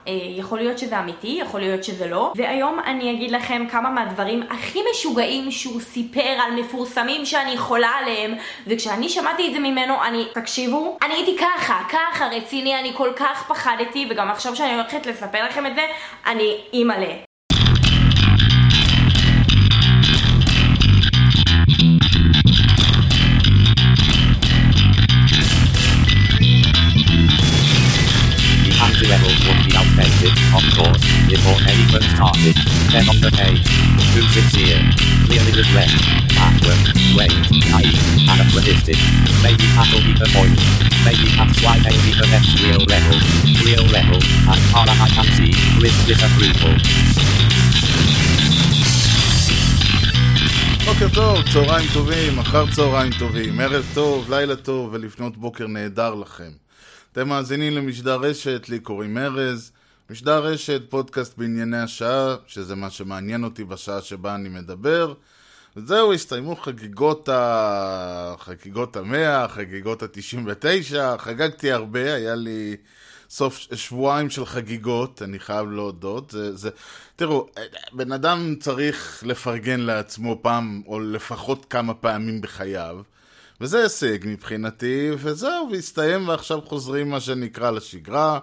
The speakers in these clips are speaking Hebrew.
יכול להיות שזה אמיתי, יכול להיות שזה לא. והיום אני אגיד לכם כמה מהדברים הכי משוגעים שהוא סיפר על מפורסמים שאני חולה עליהם. וכשאני שמעתי את זה ממנו, תקשיבו, אני הייתי ככה רציני, אני כל כך פחדתי, וגם עכשיו שאני הולכת לספר לכם את זה, אני אימאלה. Levels would be outdated, of course, before anyone started. Then on the page, who's sincere, clearly regret, backward, wait, naive, anachronistic. Maybe that'll be the point. Maybe that's why they be the next real level, as far as I can see, with disapproval. בוקר טוב, צהריים טובים, אחר צהריים טובים, ערב טוב, לילה טוב ולפנות בוקר נהדר לכם. אתם מאזינים למשדר רשת, לי קוראים ארז. משדר רשת, פודקאסט בענייני השעה, שזה מה שמעניין אותי בשעה שבה אני מדבר. וזהו, הסתיימו חגיגות ה-100, חגיגות ה-99, חגגתי הרבה, היה לי שבועיים של חגיגות, אני חייב להודות. תראו, בן אדם צריך לפרגן לעצמו פעם, או לפחות כמה פעמים בחייו. וזה הישג מבחינתי, וזהו, והסתיים, ועכשיו חוזרים מה שנקרא לשגרה.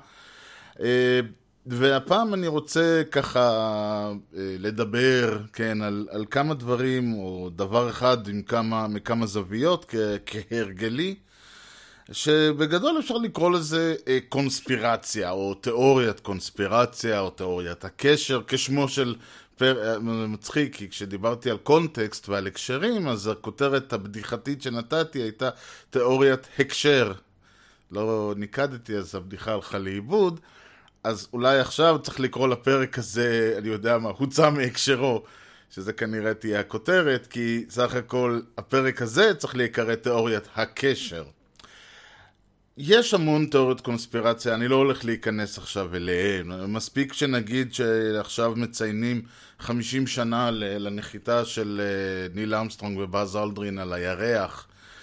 והפעם אני רוצה ככה לדבר, כן, על כמה דברים, או דבר אחד מכמה זוויות, כהרגלי, שבגדול אפשר לקרוא לזה קונספירציה, או תיאוריית קונספירציה, או תיאוריית הקשר, כשמו של מצחיק, כי כשדיברתי על קונטקסט ועל הקשרים, אז הכותרת הבדיחתית שנתתי הייתה תיאוריית הקשר. לא ניקדתי, אז הבדיחה הלכה לאיבוד. אז אולי עכשיו צריך לקרוא לפרק הזה, אני יודע מה, הוצא מהקשרו, שזה כנראה תהיה הכותרת, כי סך הכל הפרק הזה צריך להיקרא תיאוריית הקשר. יש המון תיאוריות קונספירציה, אני לא הולך להיכנס עכשיו אליהן. מספיק שנגיד שעכשיו מציינים 50 שנה לנחיתה של ניל אמסטרונג ובאז אלדרין על הירח,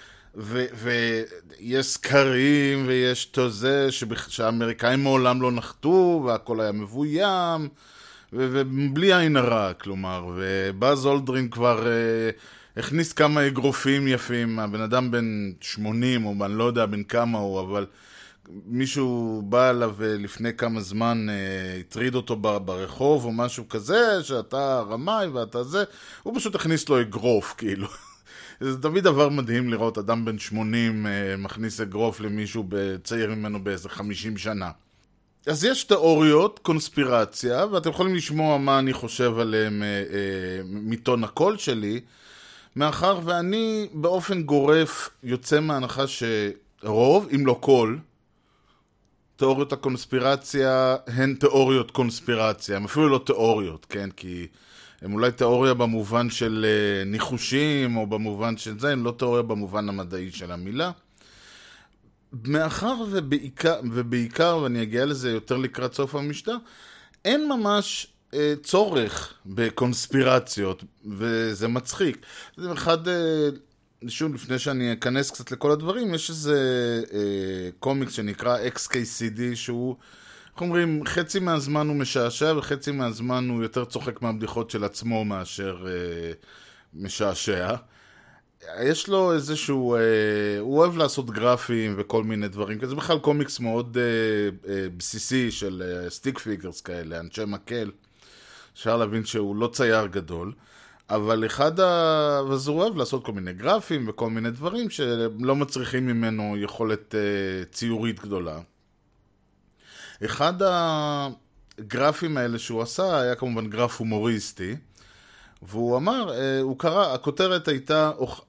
ויש סקרים ויש תוזה שהאמריקאים מעולם לא נחתו והכל היה מבוים, ובלי עין הרע, כלומר, ובאז אלדרין כבר הכניס כמה אגרופים יפים, הבן אדם בן 80, או אני לא יודע בן כמה הוא, אבל מישהו בא אליו לפני כמה זמן, הטריד אותו ברחוב או משהו כזה, שאתה רמאי ואתה זה, הוא פשוט הכניס לו אגרוף, כאילו. זה תמיד דבר מדהים לראות אדם בן 80 מכניס אגרוף למישהו צעיר ממנו באיזה 50 שנה. אז יש תיאוריות, קונספירציה, ואתם יכולים לשמוע מה אני חושב עליהם מטון הקול שלי, מאחר ואני באופן גורף יוצא מההנחה שרוב, אם לא כל, תיאוריות הקונספירציה הן תיאוריות קונספירציה, הם אפילו לא תיאוריות, כן? כי הם אולי תיאוריה במובן של ניחושים, או במובן של זה, הם לא תיאוריה במובן המדעי של המילה. מאחר ובעיקר, ואני אגיע לזה יותר לקראת סוף המשדר, אין ממש צורך בקונספירציות, וזה מצחיק. זה אחד, שוב, לפני שאני אכנס קצת לכל הדברים, יש איזה קומיקס שנקרא XKCD, שהוא, איך אומרים, חצי מהזמן הוא משעשע, וחצי מהזמן הוא יותר צוחק מהבדיחות של עצמו מאשר משעשע. יש לו איזשהו, הוא אוהב לעשות גרפים וכל מיני דברים, כי זה בכלל קומיקס מאוד בסיסי של סטיק פיגרס כאלה, אנשי מקל. אפשר להבין שהוא לא צייר גדול, אבל אז הוא אוהב לעשות כל מיני גרפים וכל מיני דברים שלא מצריכים ממנו יכולת ציורית גדולה. אחד הגרפים האלה שהוא עשה היה כמובן גרף הומוריסטי, והוא אמר, הוא קרא, הכותרת הייתה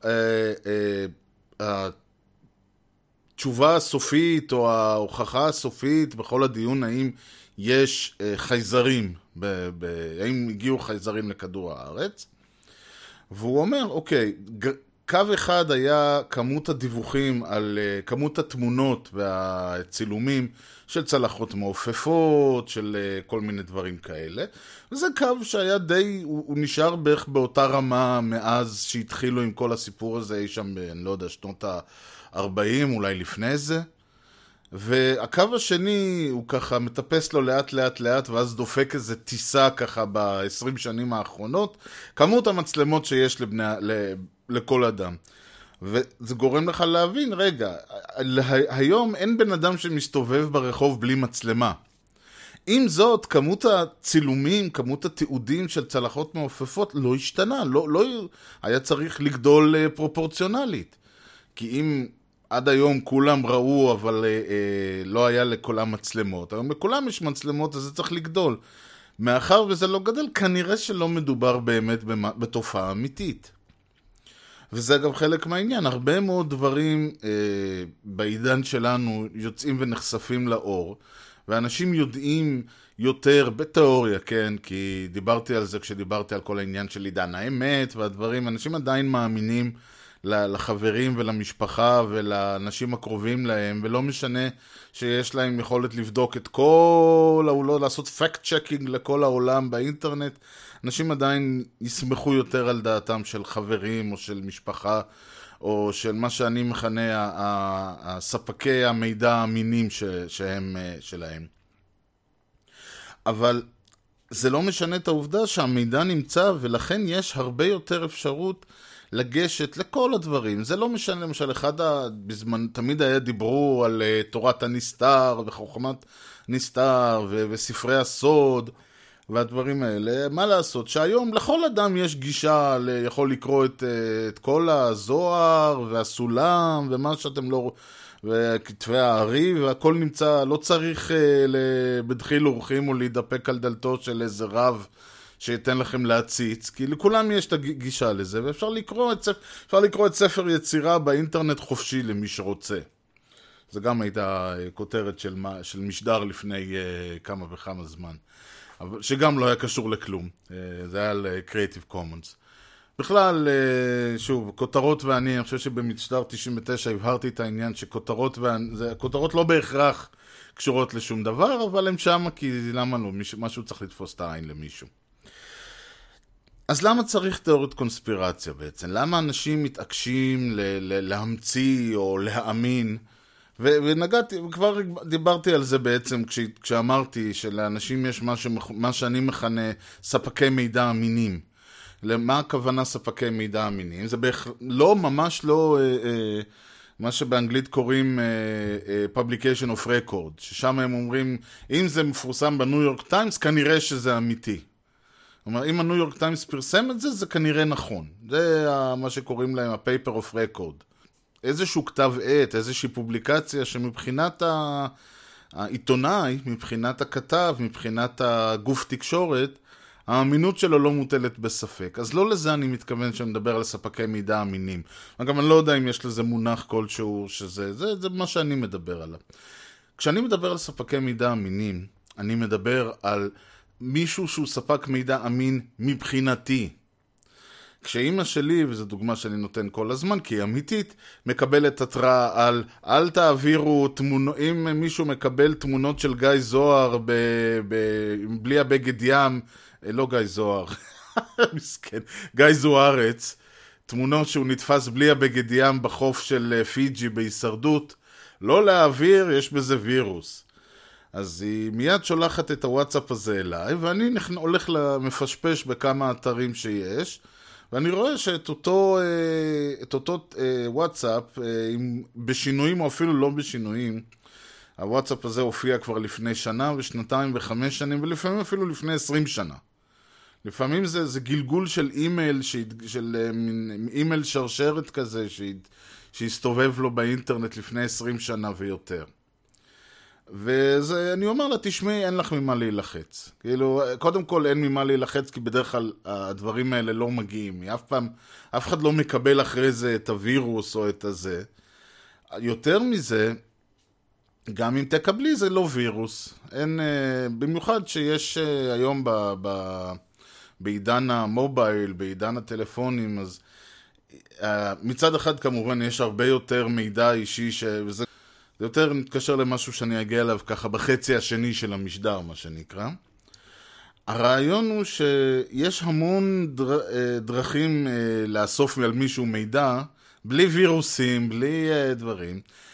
התשובה הסופית או ההוכחה הסופית בכל הדיון האם יש חייזרים, האם הגיעו חייזרים לכדור הארץ. והוא אומר, אוקיי, קו אחד היה כמות הדיווחים על כמות התמונות והצילומים של צלחות מעופפות, של כל מיני דברים כאלה. וזה קו שהיה די, הוא נשאר בערך באותה רמה מאז שהתחילו עם כל הסיפור הזה, אי שם, אני לא יודע, שנות ה-40, אולי לפני זה. והקו השני הוא ככה מטפס לו לאט לאט לאט, ואז דופק איזה טיסה ככה ב-20 שנים האחרונות, כמות המצלמות שיש לכל אדם. וזה גורם לך להבין, רגע, היום אין בן אדם שמסתובב ברחוב בלי מצלמה. עם זאת, כמות הצילומים, כמות התיעודים של צלחות מעופפות לא השתנה, לא היה צריך לגדול פרופורציונלית. כי אם עד היום כולם ראו, אבל לא היה לכולם מצלמות, היום לכולם יש מצלמות, אז זה צריך לגדול. מאחר וזה לא גדל, כנראה שלא מדובר באמת בתופעה אמיתית. וזה גם חלק מהעניין, הרבה מאוד דברים בעידן שלנו יוצאים ונחשפים לאור, ואנשים יודעים יותר בתיאוריה, כן? כי דיברתי על זה כשדיברתי על כל העניין של עידן האמת והדברים, אנשים עדיין מאמינים לחברים ולמשפחה ולאנשים הקרובים להם, ולא משנה שיש להם יכולת לבדוק את כל העולם, לעשות fact checking לכל העולם באינטרנט, אנשים עדיין יסמכו יותר על דעתם של חברים או של משפחה, או של מה שאני מכנה הספקי המידע האמינים שהם שלהם. אבל זה לא משנה את העובדה שהמידע נמצא, ולכן יש הרבה יותר אפשרות לגשת לכל הדברים. זה לא משנה, למשל, בזמן, תמיד היה דיברו על תורת הנסתר וחוכמת נסתר וספרי הסוד והדברים האלה. מה לעשות? שהיום לכל אדם יש גישה, יכול לקרוא את כל הזוהר והסולם ומה שאתם לא... וכתבי הארי, והכל נמצא, לא צריך בדחיל אורחים או להידפק על דלתו של איזה רב שיתן לכם להציץ, כי לכולם יש את הגישה לזה, ואפשר לקרוא את ספר יצירה באינטרנט חופשי למי שרוצה. זה גם הייתה כותרת של משדר לפני כמה וכמה זמן, שגם לא היה קשור לכלום. זה היה על Creative Commons. בכלל, שוב, כותרות ואני חושב שבמשדר 99 הבהרתי את העניין שכותרות לא בהכרח קשורות לשום דבר, אבל הם שם כי למה לא? משהו צריך לתפוס את העין למישהו. אז למה צריך תיאוריות קונספירציה בעצם? למה אנשים מתעקשים להמציא או להאמין? ונגעתי, וכבר דיברתי על זה בעצם כשאמרתי שלאנשים יש מה שאני מכנה ספקי מידע אמינים. למה הכוונה ספקי מידע אמינים? זה לא, ממש לא מה שבאנגלית קוראים publication of record, ששם הם אומרים, אם זה מפורסם בניו יורק טיימס, כנראה שזה אמיתי. כלומר, אם הניו יורק טיימס פרסם את זה, זה כנראה נכון. זה מה שקוראים להם ה-paper of record. איזשהו כתב עת, איזושהי פובליקציה שמבחינת העיתונאי, מבחינת הכתב, מבחינת הגוף תקשורת, האמינות שלו לא מוטלת בספק. אז לא לזה אני מתכוון שמדבר על ספקי מידע אמינים. גם אני לא יודע אם יש לזה מונח כלשהו זה מה שאני מדבר עליו. כשאני מדבר על ספקי מידע אמינים, אני מדבר על מישהו שהוא ספק מידע אמין מבחינתי. כשאימא שלי, וזו דוגמה שאני נותן כל הזמן, כי היא אמיתית, מקבלת התראה על, אל תעבירו תמונות, אם מישהו מקבל תמונות של גיא זוהר בלי הבגד ים, לא גיא זוהר, מסכן, גיא זוארץ, תמונות שהוא נתפס בלי הבגד ים בחוף של פיג'י בהישרדות, לא להעביר, יש בזה וירוס. אז היא מיד שולחת את הוואטסאפ הזה אליי, ואני הולך למפשפש בכמה אתרים שיש, ואני רואה שאת אותו וואטסאפ, בשינויים או אפילו לא בשינויים, הוואטסאפ הזה הופיע כבר לפני שנה ושנתיים ו5 שנים, ולפעמים אפילו לפני 20 שנה. לפעמים זה גלגול של אימייל, של אימייל שרשרת כזה, שהסתובב לו באינטרנט לפני 20 שנה ויותר. ואני אומר לה, תשמעי, אין לך ממה להילחץ. כאילו, קודם כל אין ממה להילחץ, כי בדרך כלל הדברים האלה לא מגיעים. אף אחד לא מקבל אחרי זה את הווירוס או את הזה. יותר מזה, גם אם תקבלי זה לא וירוס. במיוחד שיש היום בעידן המובייל, בעידן הטלפונים, אז מצד אחד כמובן יש הרבה יותר מידע אישי, וזה יותר מתקשר למשהו שאני אגיע אליו ככה בחצי השני של המשדר, מה שנקרא. הרעיון הוא שיש המון דרכים לאסוף על מישהו מידע, בלי וירוסים, בלי דברים.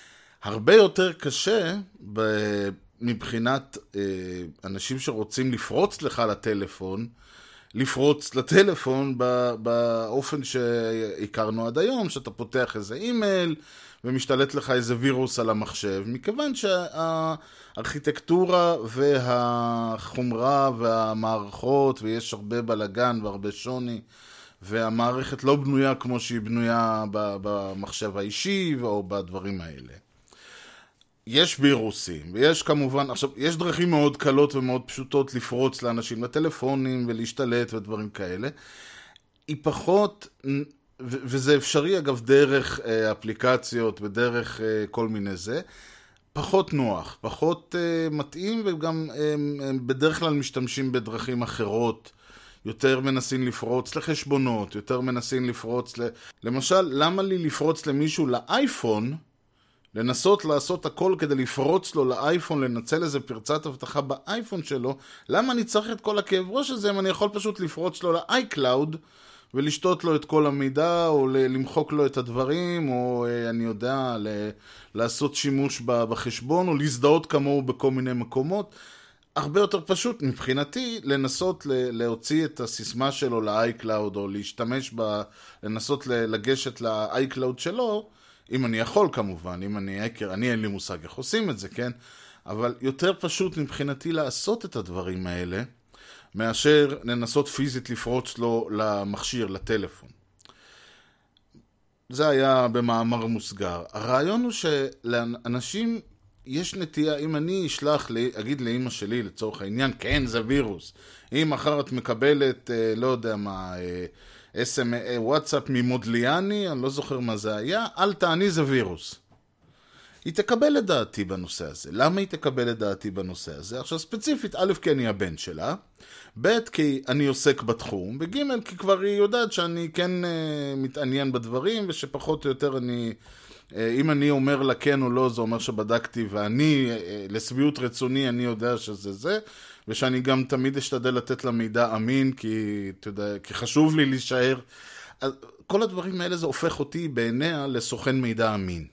הרבה יותר קשה מבחינת אנשים שרוצים לפרוץ לך לטלפון, לפרוץ לטלפון באופן שהכרנו עד היום, שאתה פותח איזה אימייל ומשתלט לך איזה וירוס על המחשב, מכיוון שהארכיטקטורה והחומרה והמערכות, ויש הרבה בלגן והרבה שוני, והמערכת לא בנויה כמו שהיא בנויה במחשב האישי או בדברים האלה. יש וירוסים, ויש כמובן, עכשיו, יש דרכים מאוד קלות ומאוד פשוטות לפרוץ לאנשים לטלפונים ולהשתלט ודברים כאלה. היא פחות, וזה אפשרי אגב דרך אפליקציות ודרך כל מיני זה, פחות נוח, פחות מתאים, וגם בדרך כלל משתמשים בדרכים אחרות, יותר מנסים לפרוץ לחשבונות, יותר מנסים לפרוץ למשל, למה לי לפרוץ למישהו לאייפון, לנסות לעשות הכל כדי לפרוץ לו לאייפון, לנצל איזה פרצת הבטחה באייפון שלו, למה אני צריך את כל הכאב ראש הזה אם אני יכול פשוט לפרוץ לו לאייקלאוד ולשתות לו את כל המידע, או למחוק לו את הדברים, או אני יודע, לעשות שימוש בחשבון, או להזדהות כמוהו בכל מיני מקומות. הרבה יותר פשוט מבחינתי לנסות להוציא את הסיסמה שלו לאייקלאוד, או להשתמש לנסות לגשת לאייקלאוד שלו, אם אני יכול כמובן, אם אני אקר, אני אין לי מושג איך עושים את זה, כן? אבל יותר פשוט מבחינתי לעשות את הדברים האלה, מאשר לנסות פיזית לפרוץ לו למכשיר, לטלפון. זה היה במאמר מוסגר. הרעיון הוא שלאנשים יש נטייה, אם אני אגיד לאמא שלי לצורך העניין, כן זה וירוס, אם מחר את מקבלת, לא יודע מה, וואטסאפ ממודליאני, אני לא זוכר מה זה היה, אל תעני זה וירוס. היא תקבל את דעתי בנושא הזה. למה היא תקבל את דעתי בנושא הזה? עכשיו ספציפית, א', כי אני הבן שלה, ב', כי אני עוסק בתחום, וג', כי כבר היא יודעת שאני כן מתעניין בדברים, ושפחות או יותר אם אני אומר לה כן או לא, זה אומר שבדקתי, ואני, לסביעות רצוני, אני יודע שזה זה, ושאני גם תמיד אשתדל לתת לה מידע אמין, כי חשוב לי להישאר. כל הדברים האלה זה הופך אותי בעיניה לסוכן מידע אמין.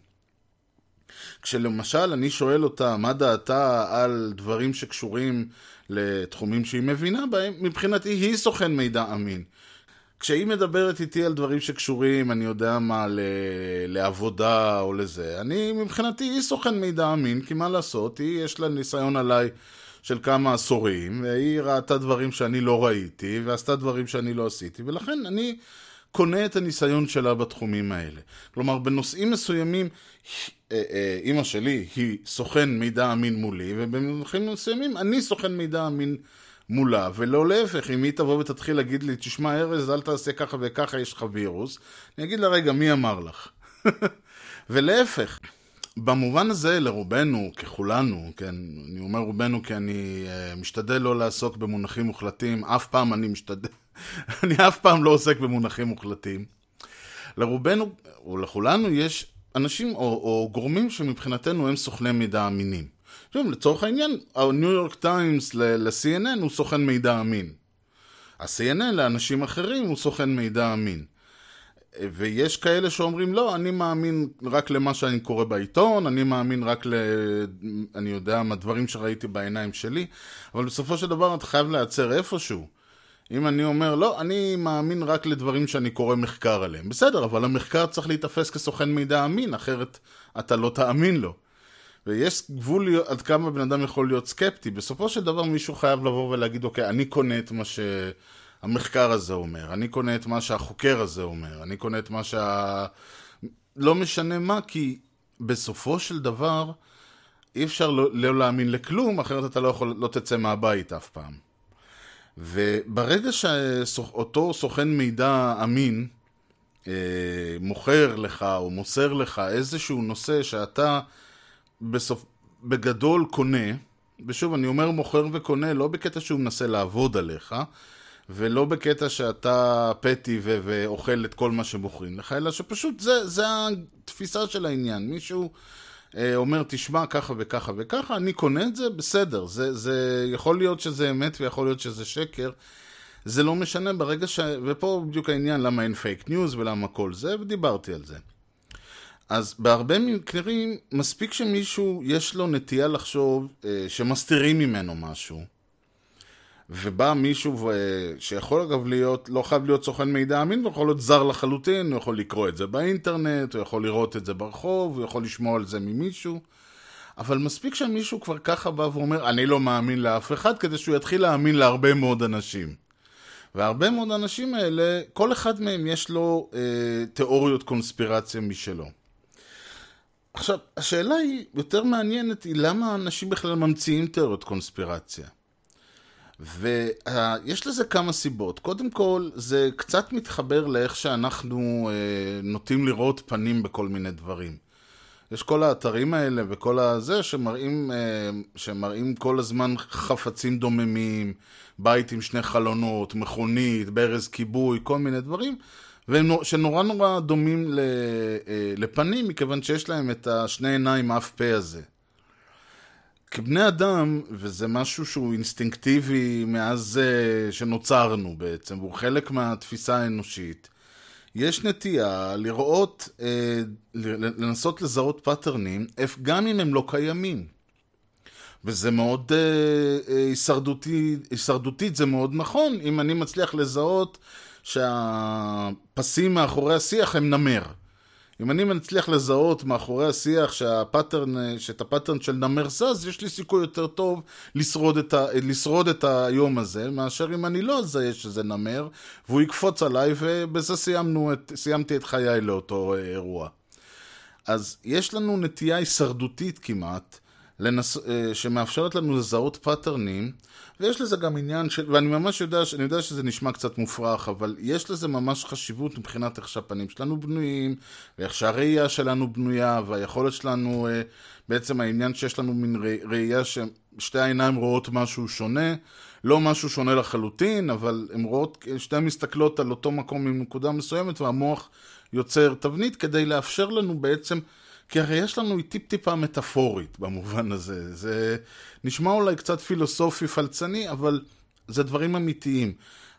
כשלמשל אני שואל אותה מה דעתה על דברים שקשורים לתחומים שהיא מבינה בהם, מבחינתי היא סוכן מידע אמין. כשהיא מדברת איתי על דברים שקשורים, אני יודע מה, לעבודה או לזה, מבחינתי היא סוכן מידע אמין, כי מה לעשות, יש לה ניסיון עליי של כמה עשורים, והיא ראתה דברים שאני לא ראיתי, ועשתה דברים שאני לא עשיתי, ולכן אני קונה את הניסיון שלה בתחומים האלה. כלומר, בנושאים מסוימים, אמא שלי היא סוכן מידע אמין מולי, ובנושאים מסוימים אני סוכן מידע אמין מולה, ולא להפך, אם היא תבוא ותתחיל להגיד לי, תשמע ארז, אל תעשה ככה וככה, יש לך וירוס, אני אגיד לה, רגע, מי אמר לך? ולהפך, במובן הזה לרובנו, ככולנו, כן, אני אומר רובנו כי אני משתדל לא לעסוק במונחים מוחלטים, אף פעם אני אף פעם לא עוסק במונחים מוחלטים. לרובנו, או לכולנו, יש אנשים או גורמים שמבחינתנו הם סוכני מידע אמינים. עכשיו, לצורך העניין, הניו יורק טיימס ל-CNN הוא סוכן מידע אמין. ה-CNN לאנשים אחרים הוא סוכן מידע אמין. ויש כאלה שאומרים, לא, אני מאמין רק למה שאני קורא בעיתון, אני מאמין רק אני יודע מה דברים שראיתי בעיניים שלי, אבל בסופו של דבר אתה חייב לעצר איפשהו. אם אני אומר, לא, אני מאמין רק לדברים שאני קורא מחקר עליהם. בסדר, אבל המחקר צריך להתאפס כסוכן מידע אמין, אחרת אתה לא תאמין לו. ויש גבול עד כמה בן אדם יכול להיות סקפטי. בסופו של דבר מישהו חייב לבוא ולהגיד, אוקיי, אני קונה את מה שהמחקר הזה אומר, אני קונה את מה שהחוקר הזה אומר, אני קונה את מה לא משנה מה, כי בסופו של דבר אי אפשר לא להאמין לכלום, אחרת אתה לא תצא מהבית אף פעם. וברגע שאותו סוכן מידע אמין מוכר לך או מוסר לך איזשהו נושא שאתה בגדול קונה, ושוב אני אומר מוכר וקונה לא בקטע שהוא מנסה לעבוד עליך, ולא בקטע שאתה פטי ואוכל את כל מה שמוכרים לך, אלא שפשוט זה התפיסה של העניין. מישהו אומר תשמע ככה וככה וככה, אני קונה את זה, בסדר, זה יכול להיות שזה אמת ויכול להיות שזה שקר, זה לא משנה ברגע ופה בדיוק העניין למה אין פייק ניוז ולמה כל זה, ודיברתי על זה. אז בהרבה מקרים, מספיק שמישהו יש לו נטייה לחשוב שמסתירים ממנו משהו, ובא מישהו שיכול אגב להיות, לא חייב להיות סוכן מידע אמין, הוא יכול להיות זר לחלוטין, הוא יכול לקרוא את זה באינטרנט, הוא יכול לראות את זה ברחוב, הוא יכול לשמוע על זה ממישהו, אבל מספיק שמישהו כבר ככה בא ואומר, אני לא מאמין לאף אחד, כדי שהוא יתחיל להאמין להרבה מאוד אנשים. והרבה מאוד אנשים האלה, כל אחד מהם יש לו תיאוריות קונספירציה משלו. עכשיו, השאלה היא יותר מעניינת, היא למה אנשים בכלל ממציאים תיאוריות קונספירציה. ויש לזה כמה סיבות. קודם כל, זה קצת מתחבר לאיך שאנחנו נוטים לראות פנים בכל מיני דברים. יש כל האתרים האלה וכל הזה שמראים כל הזמן חפצים דוממים, בית עם שני חלונות, מכונית, ברז כיבוי, כל מיני דברים, שנורא נורא דומים לפנים, מכיוון שיש להם את השני עיניים אף פה הזה. כבני אדם, וזה משהו שהוא אינסטינקטיבי מאז שנוצרנו בעצם, והוא חלק מהתפיסה האנושית, יש נטייה לראות, לנסות לזהות פאטרנים, גם אם הם לא קיימים. וזה מאוד הישרדותית, זה מאוד נכון, אם אני מצליח לזהות שהפסים מאחורי השיח הם נמר. אם אני מצליח לזהות מאחורי השיח שאת הפאטרן של נמר זז, יש לי סיכוי יותר טוב לשרוד את היום הזה, מאשר אם אני לא אזהה שזה נמר, והוא יקפוץ עליי, ובזה סיימתי את חיי לאותו אירוע. אז יש לנו נטייה הישרדותית כמעט, שמאפשרת לנו לזהות פאטרנים, ויש לזה גם עניין ואני ממש יודע שזה נשמע קצת מופרך, אבל יש לזה ממש חשיבות מבחינת איך שהפנים שלנו בנויים, ואיך שהראייה שלנו בנויה, והיכולת שלנו, בעצם העניין שיש לנו מין ראייה ששתי העיניים רואות משהו שונה, לא משהו שונה לחלוטין, אבל הן רואות, שתי מסתכלות על אותו מקום עם נקודה מסוימת, והמוח יוצר תבנית כדי לאפשר לנו בעצם, כי הרי יש לנו טיפ-טיפה מטאפורית במובן הזה. זה נשמע אולי קצת פילוסופי פלצני, אבל זה דברים אמיתיים.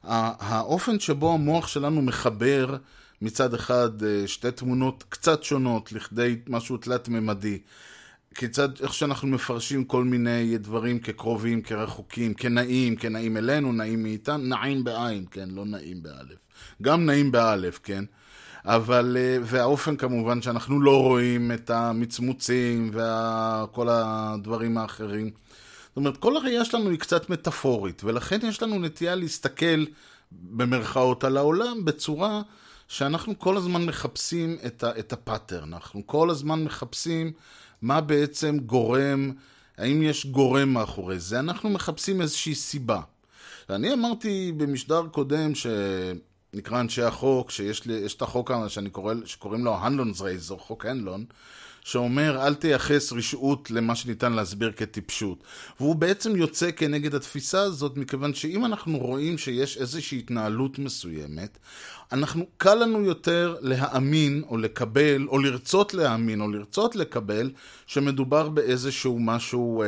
האופן שבו המוח שלנו מחבר מצד אחד שתי תמונות קצת שונות לכדי משהו תלת-ממדי, כיצד, איך שאנחנו מפרשים כל מיני דברים כקרובים, כרחוקים, כנעים אלינו, נעים מאיתנו, נעים בעין, כן, לא נעים באלף. גם נעים באלף, כן. אבל, והאופן כמובן שאנחנו לא רואים את המצמוצים וכל הדברים האחרים. זאת אומרת, כל הראייה שלנו היא קצת מטאפורית, ולכן יש לנו נטייה להסתכל במרכאות על העולם בצורה שאנחנו כל הזמן מחפשים את הפאטרן. אנחנו כל הזמן מחפשים מה בעצם גורם, האם יש גורם מאחורי זה. אנחנו מחפשים איזושהי סיבה. ואני אמרתי במשדר קודם נקרא אנשי החוק, שיש את החוק שקוראים לו הנלונ's רייז, או חוק הנלון, שאומר אל תייחס רשעות למה שניתן להסביר כטיפשות. והוא בעצם יוצא כנגד התפיסה הזאת, מכיוון שאם אנחנו רואים שיש איזושהי התנהלות מסוימת, קל לנו יותר להאמין או לקבל, או לרצות להאמין או לרצות לקבל, שמדובר באיזשהו משהו,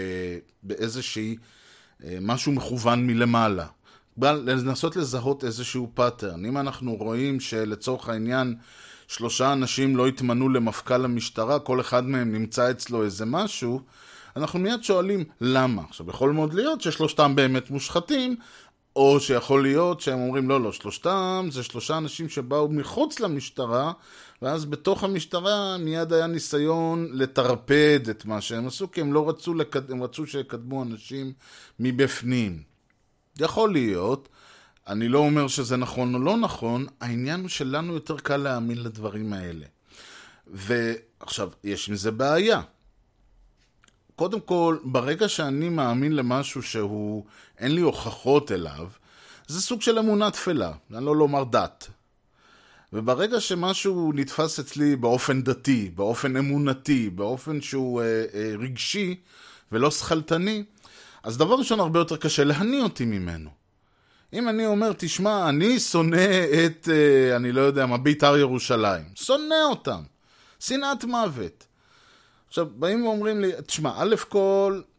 משהו מכוון מלמעלה. לנסות לזהות איזשהו פאטרן. אם אנחנו רואים שלצורך העניין 3 אנשים לא התמנו למפכ"ל המשטרה, כל אחד מהם נמצא אצלו איזה משהו, אנחנו מיד שואלים למה. עכשיו, יכול מאוד להיות ששלושתם באמת מושחתים, או שיכול להיות שהם אומרים לא, שלושתם זה 3 אנשים שבאו מחוץ למשטרה, ואז בתוך המשטרה מיד היה ניסיון לטרפד את מה שהם עשו, כי הם לא רצו הם רצו שיקדמו אנשים מבפנים. יכול להיות, אני לא אומר שזה נכון או לא נכון, העניין הוא שלנו יותר קל להאמין לדברים האלה. ועכשיו, יש עם זה בעיה. קודם כל, ברגע שאני מאמין למשהו שהוא, אין לי הוכחות אליו, זה סוג של אמונה תפלה, אני לא לומר דת. וברגע שמשהו נתפס אצלי באופן דתי, באופן אמונתי, באופן שהוא רגשי ולא שכלתני, אז דבר ראשון הרבה יותר קשה להניע אותי ממנו. אם אני אומר, תשמע, אני שונא את, אני לא יודע מה, בית"ר ירושלים. שונא אותם. שנאת מוות. עכשיו, באים ואומרים לי, תשמע, א' כל,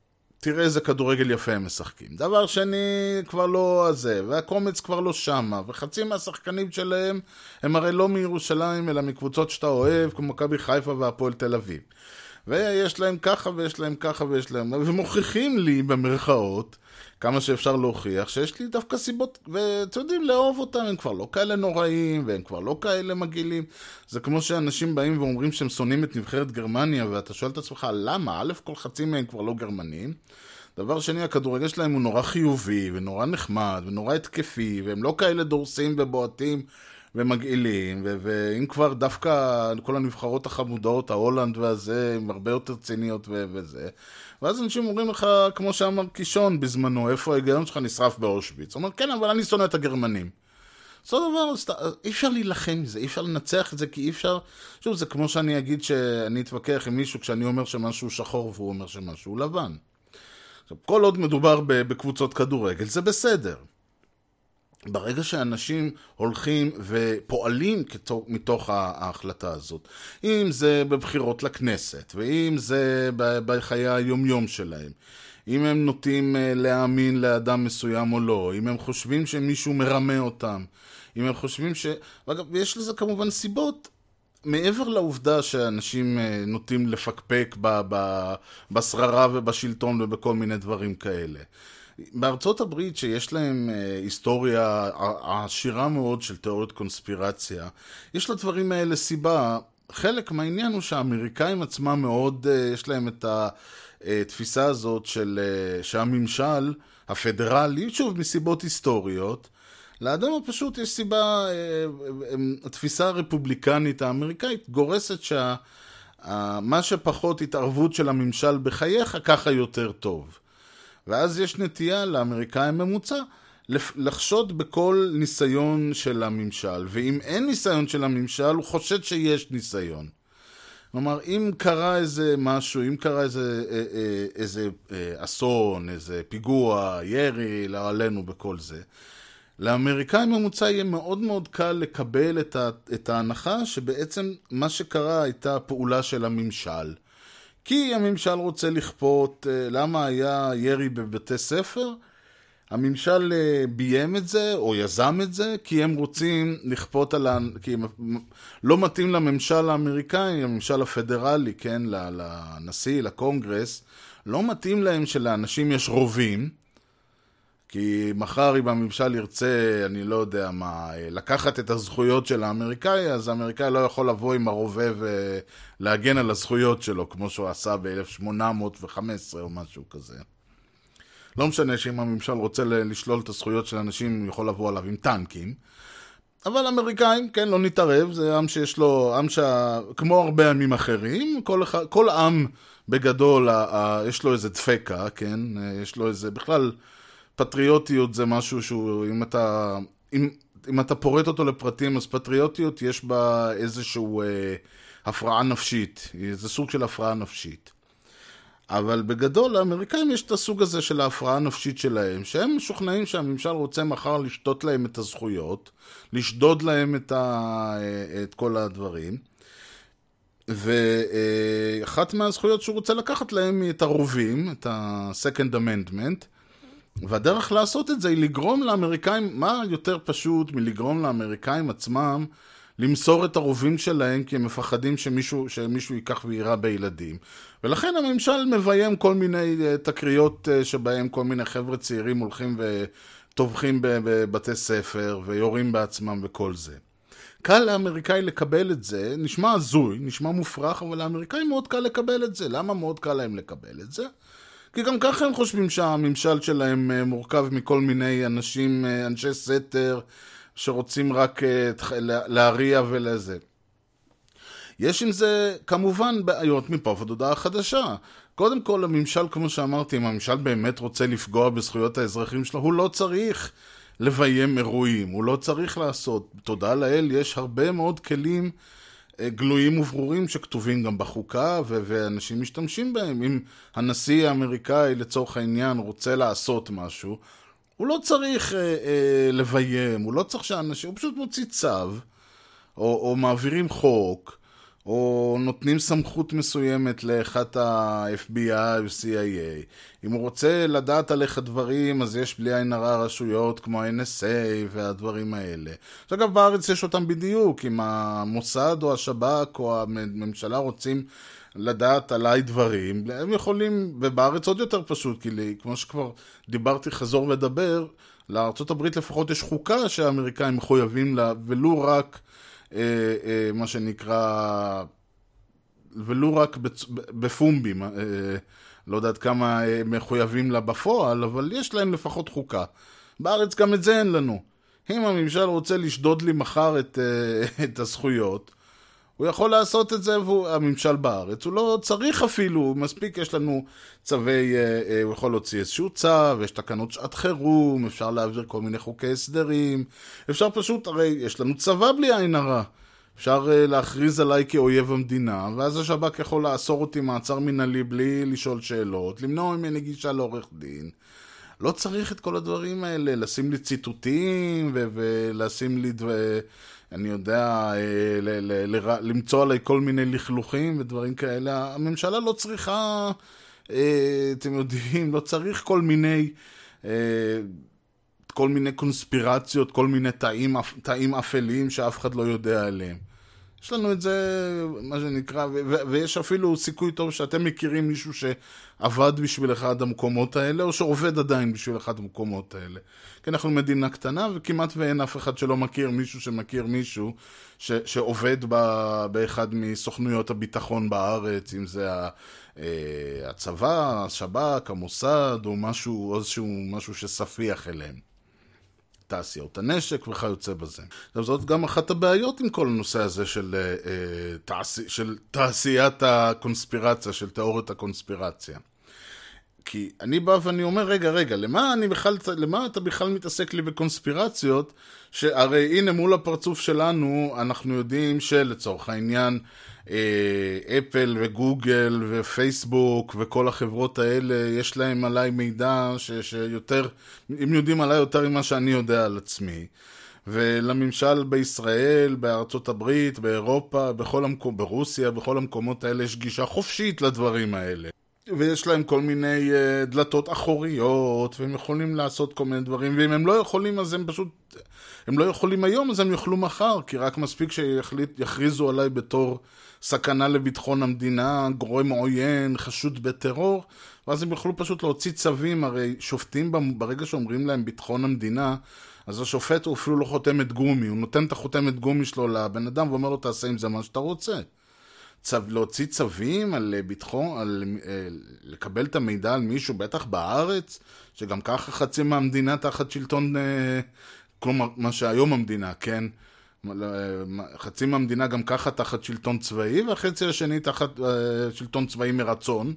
תראה איזה כדורגל יפה הם משחקים. דבר שני, כבר לא הזה, והקומץ כבר לא שמה, וחצי מהשחקנים שלהם הם הרי לא מירושלים, אלא מקבוצות שאתה אוהב, כמו מכבי חיפה והפועל תל אביב. ויש להם ככה, ויש להם ככה, ויש להם... ומוכיחים לי במרכאות, כמה שאפשר להוכיח, שיש לי דווקא סיבות, ואתם יודעים, לאהוב אותם, הם כבר לא כאלה נוראים, והם כבר לא כאלה מגעילים. זה כמו שאנשים באים ואומרים שהם שונאים את נבחרת גרמניה, ואתה שואל את עצמך, למה? א', כל חצי מהם כבר לא גרמנים. דבר שני, הכדורגל שלהם הוא נורא חיובי, ונורא נחמד, ונורא התקפי, והם לא כאלה דורסים ובועטים ומגעילים, ואם כבר דווקא כל הנבחרות החמודות, ההולנד והזה, הם הרבה יותר ציניות וזה. ואז אנשים אומרים לך, כמו שאמר קישון בזמנו, איפה ההיגיון שלך נשרף באושוויץ? הוא אומר, כן, אבל אני שונא את הגרמנים. זאת דבר, אי אפשר להילחם מזה, אי אפשר לנצח את זה, כי אי אפשר... שוב, זה כמו שאני אגיד שאני אתווכח עם מישהו כשאני אומר שמשהו שחור והוא אומר שמשהו לבן. עכשיו, כל עוד מדובר בקבוצות כדורגל, זה בסדר. ברגע שאנשים הולכים ופועלים מתוך ההחלטה הזאת, אם זה בבחירות לכנסת, ואם זה בחיי היומיום שלהם, אם הם נוטים להאמין לאדם מסוים או לא, אם הם חושבים שמישהו מרמה אותם, אם הם חושבים אגב, יש לזה כמובן סיבות, מעבר לעובדה שאנשים נוטים לפקפק בשררה ובשלטון ובכל מיני דברים כאלה. בארצות הברית שיש להם היסטוריה עשירה מאוד של תיאוריות קונספירציה, יש לדברים האלה סיבה. חלק מהעניין הוא שהאמריקאים עצמם מאוד, יש להם את התפיסה הזאת של שהממשל הפדרלי, שוב מסיבות היסטוריות, לאדם הפשוט יש סיבה, התפיסה הרפובליקנית האמריקאית גורסת מה שפחות התערבות של הממשל בחייך, ככה יותר טוב. ואז יש נטייה לאמריקאי ממוצע לחשוד בכל ניסיון של הממשל, ואם אין ניסיון של הממשל, הוא חושד שיש ניסיון. כלומר, אם קרה איזה משהו, אם קרה איזה אסון, איזה פיגוע, ירי, עלינו בכל זה, לאמריקאי ממוצע יהיה מאוד מאוד קל לקבל את ההנחה שבעצם מה שקרה הייתה פעולה של הממשל. כי הממשל רוצה לכפות, למה היה ירי בבתי ספר? הממשל ביים את זה, או יזם את זה, כי הם רוצים לכפות כי הם לא מתאים לממשל האמריקאי, הממשל הפדרלי, כן, לנשיא, לקונגרס, לא מתאים להם שלאנשים יש רובים, כי מחר אם הממשל ירצה, אני לא יודע מה, לקחת את הזכויות של האמריקאי, אז האמריקאי לא יכול לבוא עם הרובה ולהגן על הזכויות שלו, כמו שהוא עשה ב-1815 או משהו כזה. לא משנה שאם הממשל רוצה לשלול את הזכויות של אנשים, הוא יכול לבוא עליו עם טנקים. אבל האמריקאים, כן, לא נתערב, זה עם שיש לו, כמו הרבה עמים אחרים, כל עם בגדול, יש לו איזה דפקה, כן, יש לו איזה, בכלל, פטריוטיות זה משהו שהוא, אם אתה פורט אותו לפרטים, אז פטריוטיות יש בה איזשהו הפרעה נפשית, זה סוג של הפרעה נפשית. אבל בגדול, האמריקאים יש את הסוג הזה של ההפרעה הנפשית שלהם, שהם משוכנעים שהממשל רוצה מחר לשתות להם את הזכויות, לשדוד להם את כל הדברים, ואחת מהזכויות שהוא רוצה לקחת להם היא את הרובים, את ה-Second Amendment, והדרך לעשות את זה היא לגרום לאמריקאים, מה יותר פשוט מלגרום לאמריקאים עצמם למסור את הרובים שלהם, כי הם מפחדים שמישהו ייקח וירה בילדים. ולכן הממשל מביים כל מיני תקריות שבהם כל מיני חבר'ה צעירים הולכים וטובחים בבתי ספר ויורים בעצמם וכל זה. קל לאמריקאי לקבל את זה, נשמע הזוי, נשמע מופרך, אבל לאמריקאים מאוד קל לקבל את זה. למה מאוד קל להם לקבל את זה? כי גם ככה הם חושבים שהממשל שלהם מורכב מכל מיני אנשים, אנשי סתר, שרוצים רק להריע ולזה. יש עם זה כמובן בעיות מפה ועד הודעה חדשה. קודם כל הממשל, כמו שאמרתי, אם הממשל באמת רוצה לפגוע בזכויות האזרחים שלו, הוא לא צריך לביים אירועים, הוא לא צריך לעשות. תודה לאל, יש הרבה מאוד כלים גלויים וברורים שכתובים גם בחוקה, ואנשים משתמשים בהם. אם הנשיא האמריקאי לצורך העניין רוצה לעשות משהו, הוא לא צריך לביים, הוא לא צריך שאנשים, הוא פשוט מוציא צו, או מעבירים חוק, או נותנים סמכות מסוימת לאחת ה-FBI או CIA. אם הוא רוצה לדעת עליך דברים, אז יש בלי עין הרע רשויות כמו ה-NSA והדברים האלה. אגב, בארץ יש אותם בדיוק, אם המוסד או השב"כ או הממשלה רוצים לדעת עליי דברים, הם יכולים, ובארץ עוד יותר פשוט, כי כמו שכבר דיברתי חזור ודבר, לארצות הברית לפחות יש חוקה שהאמריקאים מחויבים לה, ולו רק מה שנקרא, ולו רק בפומבי, לא יודעת כמה מחויבים לה בפועל, אבל יש להם לפחות חוקה. בארץ גם את זה אין לנו. אם הממשל רוצה לשדוד לי מחר את הזכויות, הוא יכול לעשות את זה, הממשל בארץ, הוא לא צריך אפילו, מספיק יש לנו צווי, הוא יכול להוציא איזשהו צו, יש תקנות שעת חירום, אפשר להעביר כל מיני חוקי הסדרים, אפשר פשוט, הרי יש לנו צבא בלי עין הרע, אפשר להכריז עליי כאויב המדינה, ואז השב"כ יכול לאסור אותי מעצר מנהלי בלי לשאול שאלות, למנוע ממני גישה לעורך דין. לא צריך את כל הדברים האלה, לשים לי ציטוטים ולשים לי אני יודע, למצוא עליי כל מיני לכלוכים ודברים כאלה. הממשלה לא צריכה, אתם יודעים, לא צריך כל מיני קונספירציות, כל מיני תאים אפלים שאף אחד לא יודע עליהם. יש לנו את זה, מה שנקרא, ויש אפילו סיכוי טוב שאתם מכירים מישהו שעבד בשביל אחד המקומות האלה, או שעובד עדיין בשביל אחד המקומות האלה. כי אנחנו מדינה קטנה, וכמעט ואין אף אחד שלא מכיר מישהו שמכיר מישהו שעובד באחד מסוכנויות הביטחון בארץ, אם זה הצבא, השב"כ, המוסד, או משהו שספיח אליהם. תעשיות הנשק וכיוצא בזה. זאת גם אחת הבעיות עם כל הנושא הזה של תעשיית הקונספירציה, של תיאוריית הקונספירציה. כי אני בא ואני אומר, רגע, למה אתה בכלל מתעסק לי בקונספירציות, שהרי הנה מול הפרצוף שלנו, אנחנו יודעים שלצורך העניין, אפל וגוגל ופייסבוק וכל החברות האלה, יש להם עליי מידע שיותר, הם יודעים עליי יותר ממה שאני יודע על עצמי. ולממשל בישראל, בארצות הברית, באירופה, ברוסיה, בכל המקומות האלה יש גישה חופשית לדברים האלה. ויש להם כל מיני דלתות אחוריות, והם יכולים לעשות כל מיני דברים, ואם הם לא יכולים, אז הם לא יכולים היום, אז הם יוכלו מחר, כי רק מספיק שיכריזו עליי בתור סכנה לביטחון המדינה, גורם עוין, חשוד בטרור, ואז הם יוכלו פשוט להוציא צווים, הרי שופטים ברגע שאומרים להם ביטחון המדינה, אז השופט הוא אפילו לא חותמת גומי, הוא נותן את החותמת גומי שלו לבן אדם, ואומר לו תעשה עם זה מה שאתה רוצה. להוציא צווים על ביטחון, לקבל את המידע על מישהו, בטח בארץ, שגם ככה חצי מהמדינה תחת שלטון, כלומר, מה שהיום המדינה, כן? חצי מהמדינה גם ככה תחת שלטון צבאי, והחצי השני תחת שלטון צבאי מרצון.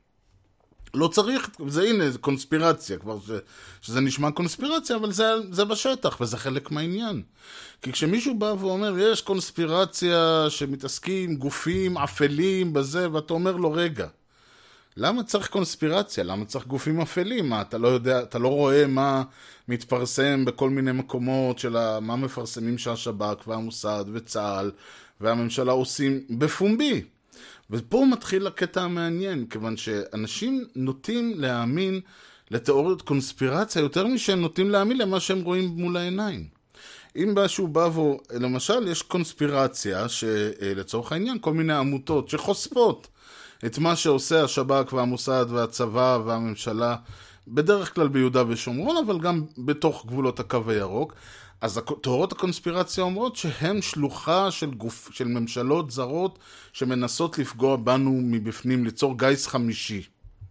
לא צריך, הנה, זה קונספירציה, כבר שזה נשמע קונספירציה, אבל זה בשטח, וזה חלק מהעניין. כי כשמישהו בא ואומר, יש קונספירציה שמתעסקים גופים אפלים בזה, ואתה אומר לו, רגע, למה צריך קונספירציה? למה צריך גופים אפלים? מה, אתה לא יודע, אתה לא רואה מה מתפרסם בכל מיני מקומות מה מפרסמים שהשב"כ והמוסד וצה"ל והממשלה עושים בפומבי. ופה מתחיל הקטע המעניין, כיוון שאנשים נוטים להאמין לתיאוריות קונספירציה יותר משהם נוטים להאמין למה שהם רואים מול העיניים. אם משהו בא למשל יש קונספירציה שלצורך העניין כל מיני עמותות שחושפות את מה שעושה השב"כ והמוסד והצבא והממשלה, בדרך כלל ביהודה ושומרון, אבל גם בתוך גבולות הקו הירוק, אז תיאוריות הקונספירציה אומרות שהם שלוחה של ממשלות זרות שמנסות לפגוע בנו מבפנים, ליצור גייס חמישי.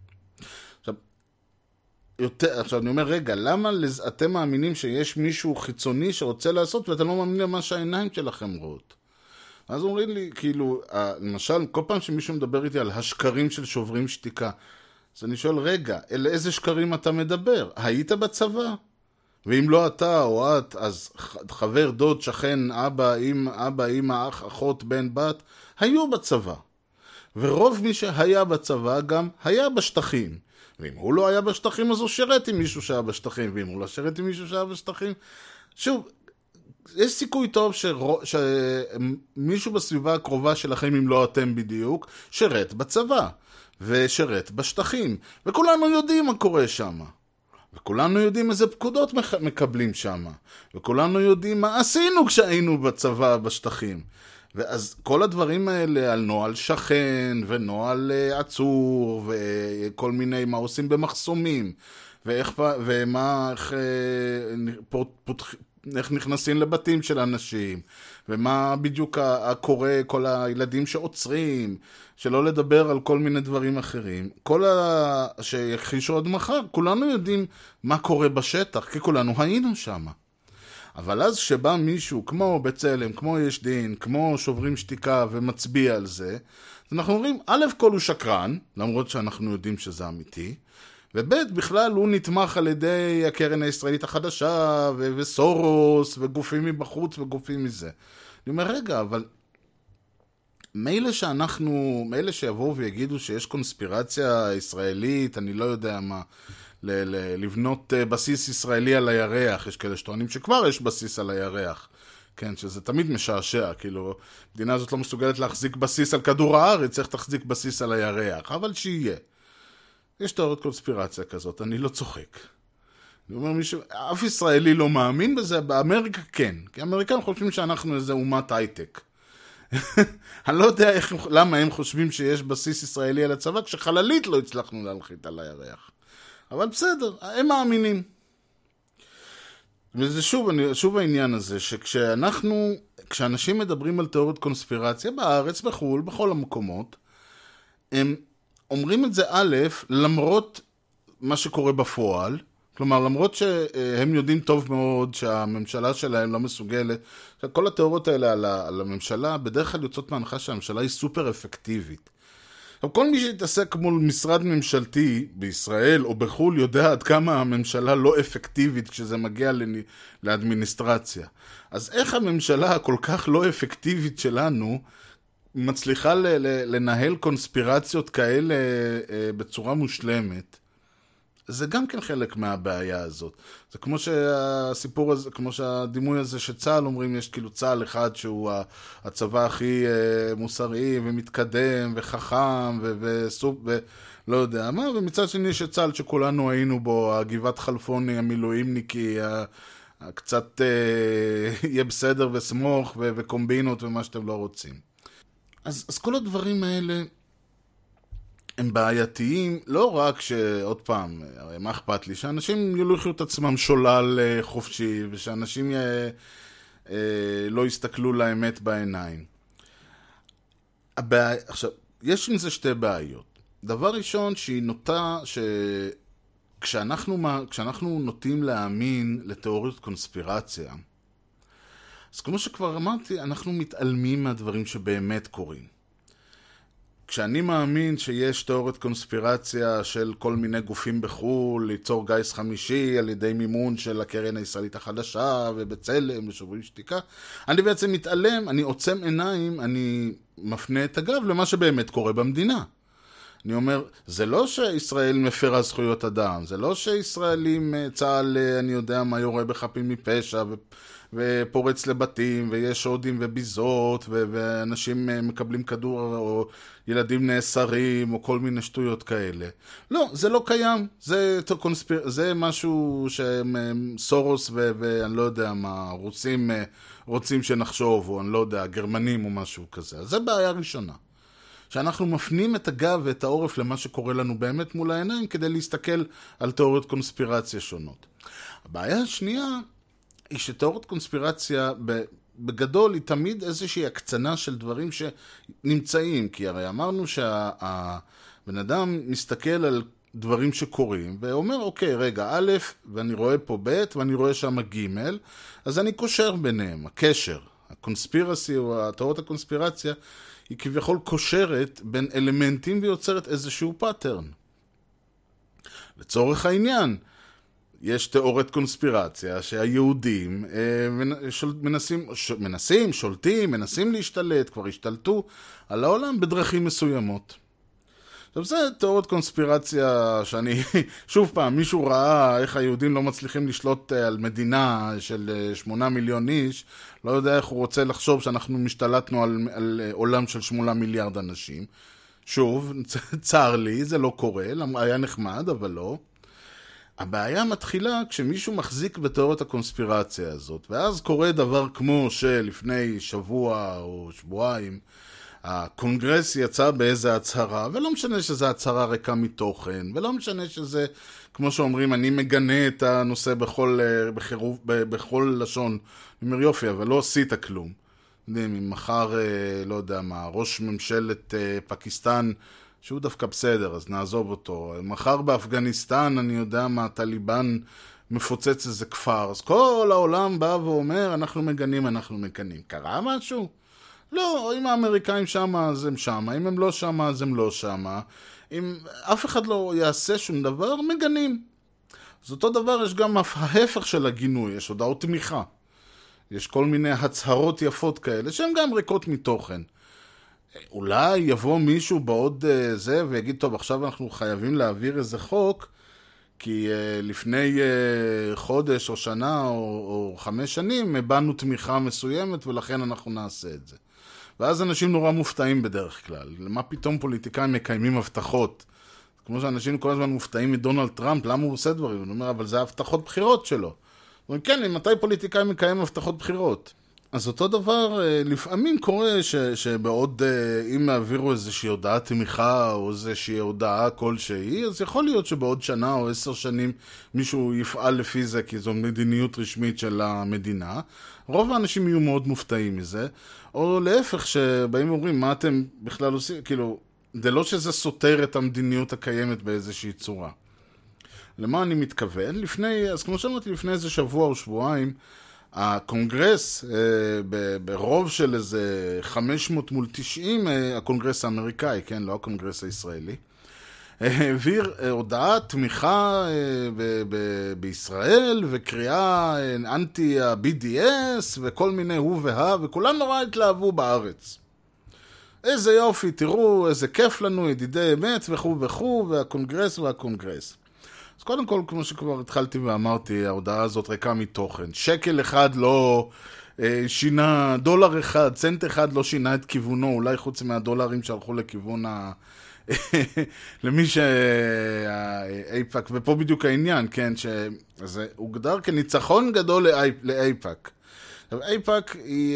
עכשיו אני אומר, רגע, למה אתם מאמינים שיש מישהו חיצוני שרוצה לעשות ואתם לא מאמינים למה שהעיניים שלכם רואות? אז אומרים לי, כאילו, למשל, כל פעם שמישהו מדבר איתי על השקרים של שוברים שתיקה, אז אני שואל, רגע, אלה איזה שקרים אתה מדבר? היית בצבא? ואם לא אתה או את, אז חבר, דוד, שכן, אבא, אמא, אח, אחות, בן, בת, היו בצבא. ורוב מי שהיה בצבא גם היה בשטחים. ואם הוא לא היה בשטחים, אז הוא שרת עם מישהו שהיה בשטחים. ואם הוא לא שרת עם מישהו שהיה בשטחים, שוב, יש סיכוי טוב שמישהו בסביבה הקרובה שלכם, אם לא אתם בדיוק, שרת בצבא, ושרת בשטחים, וכולנו יודעים מה קורה שם. וכולנו יודעים איזה פקודות מקבלים שם, וכולנו יודעים מה עשינו כשהיינו בצבא בשטחים. ואז כל הדברים האלה על נועל שכן, ונועל עצור, וכל מיני מה עושים במחסומים, איך נכנסים לבתים של אנשים, ומה בדיוק קורה, כל הילדים שעוצרים, שלא לדבר על כל מיני דברים אחרים. שיחישו עד מחר, כולנו יודעים מה קורה בשטח, כי כולנו היינו שם. אבל אז שבא מישהו כמו בצלם, כמו יש דין, כמו שוברים שתיקה ומצביע על זה, אז אנחנו אומרים, א' כל הוא שקרן, למרות שאנחנו יודעים שזה אמיתי, וב' בכלל הוא נתמך על ידי הקרן הישראלית החדשה, וסורוס, וגופים מבחוץ וגופים מזה. אני אומר, רגע, אבל מילא שיבואו ויגידו שיש קונספירציה ישראלית, אני לא יודע מה, לבנות בסיס ישראלי על הירח, יש כאלה שטוענים שכבר יש בסיס על הירח, כן, שזה תמיד משעשע, כאילו, המדינה הזאת לא מסוגלת להחזיק בסיס על כדור הארץ, צריך תחזיק בסיס על הירח, אבל שיהיה. יש תיאוריות קונספירציה כזאת, אני לא צוחק. אני אומר, אף ישראלי לא מאמין בזה, באמריקה כן, כי האמריקאים חושבים שאנחנו איזה אומת הייטק. אני לא יודע למה הם חושבים שיש בסיס ישראלי על הצבא, כשחללית לא הצלחנו להלחית על הירח. אבל בסדר, הם מאמינים. וזה שוב העניין הזה, כשאנשים מדברים על תיאוריות קונספירציה, בארץ, בחול, בכל המקומות, הם אומרים את זה א', למרות מה שקורה בפועל, כלומר, למרות שהם יודעים טוב מאוד שהממשלה שלהם לא מסוגלת, כל התיאוריות האלה על הממשלה, בדרך כלל יוצאות מהנחה שהממשלה היא סופר אפקטיבית. כל מי שיתעסק מול משרד ממשלתי בישראל או בחול יודע עד כמה הממשלה לא אפקטיבית כשזה מגיע לאדמיניסטרציה. אז איך הממשלה הכל כך לא אפקטיבית שלנו מצליחה לנהל קונספירציות כאלה בצורה מושלמת? זה גם כן חלק מהבעיה הזאת. זה כמו שהסיפור הזה, כמו שהדימוי הזה שצהל אומרים, יש כאילו צהל אחד שהוא הצבא הכי מוסרי ומתקדם וחכם ולא יודע מה, ומצד שני שצהל שכולנו היינו בו, הגבעת חלפוני, המילואימניקי, קצת יהיה בסדר וסמוך וקומבינות ומה שאתם לא רוצים. אז כל הדברים האלה הם בעייתיים, לא רק שעוד פעם, מה אכפת לי, שאנשים יולכו את עצמם שולל חופשי, ושאנשים לא יסתכלו לאמת בעיניים. עכשיו, יש עם זה שתי בעיות. דבר ראשון, שהיא נוטה, כשאנחנו נוטים להאמין לתיאוריות קונספירציה, אז כמו שכבר אמרתי, אנחנו מתעלמים מהדברים שבאמת קורים. כשאני מאמין שיש תיאוריית קונספירציה של כל מיני גופים בחול, ליצור גייס חמישי על ידי מימון של הקרן הישראלית החדשה ובצלם ושוברים שתיקה, אני בעצם מתעלם, אני עוצם עיניים, אני מפנה את הגב למה שבאמת קורה במדינה. אני אומר, זה לא שישראל מפרה זכויות אדם, זה לא שישראלים, צה"ל, אני יודע מה, יורה בחפים מפשע ופורץ לבתים, ויש הודים וביזות, ואנשים מקבלים כדור, או ילדים נאסרים, או כל מיני שטויות כאלה. לא, זה לא קיים. זה משהו שסורוס ואני לא יודע מה, רוסים רוצים שנחשוב, או אני לא יודע, גרמנים או משהו כזה. זה בעיה ראשונה. שאנחנו מפנים את הגב ואת העורף למה שקורה לנו באמת מול העיניים, כדי להסתכל על תיאוריות קונספירציה שונות. הבעיה השנייה היא שתיאוריות קונספירציה בגדול היא תמיד איזושהי הקצנה של דברים שנמצאים, כי הרי אמרנו שהבן אדם מסתכל על דברים שקורים, ואומר, אוקיי, רגע, א', ואני רואה פה ב', ואני רואה שם ג', אז אני קושר ביניהם, הקשר, הקונספירציה או תיאוריות הקונספירציה, היא כביכול קושרת בין אלמנטים ויוצרת איזשהו פאטרן. לצורך העניין, יש תיאוריית קונספירציה שהיהודים שולטים, מנסים להשתלט, כבר השתלטו על העולם בדרכים מסוימות. עכשיו זה תיאוריות קונספירציה שאני, שוב פעם, מישהו ראה איך היהודים לא מצליחים לשלוט על מדינה של 8 מיליון איש, לא יודע איך הוא רוצה לחשוב שאנחנו משתלטנו על עולם של 8 מיליארד אנשים. שוב, צער לי, זה לא קורה, היה נחמד, אבל לא. הבעיה מתחילה כשמישהו מחזיק בתיאוריות הקונספירציה הזאת, ואז קורה דבר כמו שלפני שבוע או שבועיים, הקונגרס יצא באיזה הצהרה, ולא משנה שזה הצהרה ריקה מתוכן, ולא משנה שזה, כמו שאומרים, אני מגנה את הנושא בכל לשון. אני אומר יופי, אבל לא עשית כלום. אם מחר, לא יודע מה, ראש ממשלת פקיסטן, שהוא דווקא בסדר, אז נעזוב אותו. מחר באפגניסטן, אני יודע מה, טליבן מפוצץ איזה כפר, אז כל העולם בא ואומר, אנחנו מגנים. קרה משהו? לא, אם האמריקאים שמה, אז הם שמה. אם הם לא שמה, אז הם לא שמה. אם אף אחד לא יעשה שום דבר, מגנים. אז אותו דבר, יש גם ההפך של הגינוי, יש הודעות תמיכה. יש כל מיני הצהרות יפות כאלה, שהן גם ריקות מתוכן. אולי יבוא מישהו בעוד זה, ויגיד, טוב, עכשיו אנחנו חייבים להעביר איזה חוק, כי לפני חודש או שנה או 5 שנים, הבנו תמיכה מסוימת, ולכן אנחנו נעשה את זה. ואז אנשים נורא מופתעים בדרך כלל. למה פתאום פוליטיקאים מקיימים הבטחות? כמו שאנשים כל הזמן מופתעים מדונלד טראמפ, למה הוא עושה דברים? הוא אומר, אבל זה הבטחות בחירות שלו. כן, מתי פוליטיקאים מקיים הבטחות בחירות? אז אותו דבר, לפעמים קורה שבעוד, אם מעבירו איזושהי הודעה תמיכה או איזושהי הודעה כלשהי, אז יכול להיות שבעוד שנה או 10 שנים מישהו יפעל לפי זה, כי זו מדיניות רשמית של המדינה. רוב האנשים יהיו מאוד מופתעים מזה, או להפך שבאים ואומרים, מה אתם בכלל עושים? כאילו, זה לא שזה סותר את המדיניות הקיימת באיזושהי צורה. למה אני מתכוון? אז כמו שאמרתי, לפני איזה שבוע או שבועיים, הקונגרס, ברוב של איזה 500 מול 90, הקונגרס האמריקאי, כן, לא הקונגרס הישראלי, העביר הודעת תמיכה בישראל וקריאה אנטי ה-BDS וכל מיני הוא וה, וכולם נורא התלהבו בארץ. איזה יופי, תראו, איזה כיף לנו, ידידי אמת וכו' וכו', והקונגרס. אז קודם כל, כמו שכבר התחלתי ואמרתי, ההודעה הזאת ריקה מתוכן. שקל אחד לא שינה, דולר אחד, סנט אחד לא שינה את כיוונו, אולי חוץ מהדולרים שהלכו לכיוון למי שהאיפאק, ופה בדיוק העניין, כן, שזה הוגדר כניצחון גדול לאיפאק. עכשיו, איפאק היא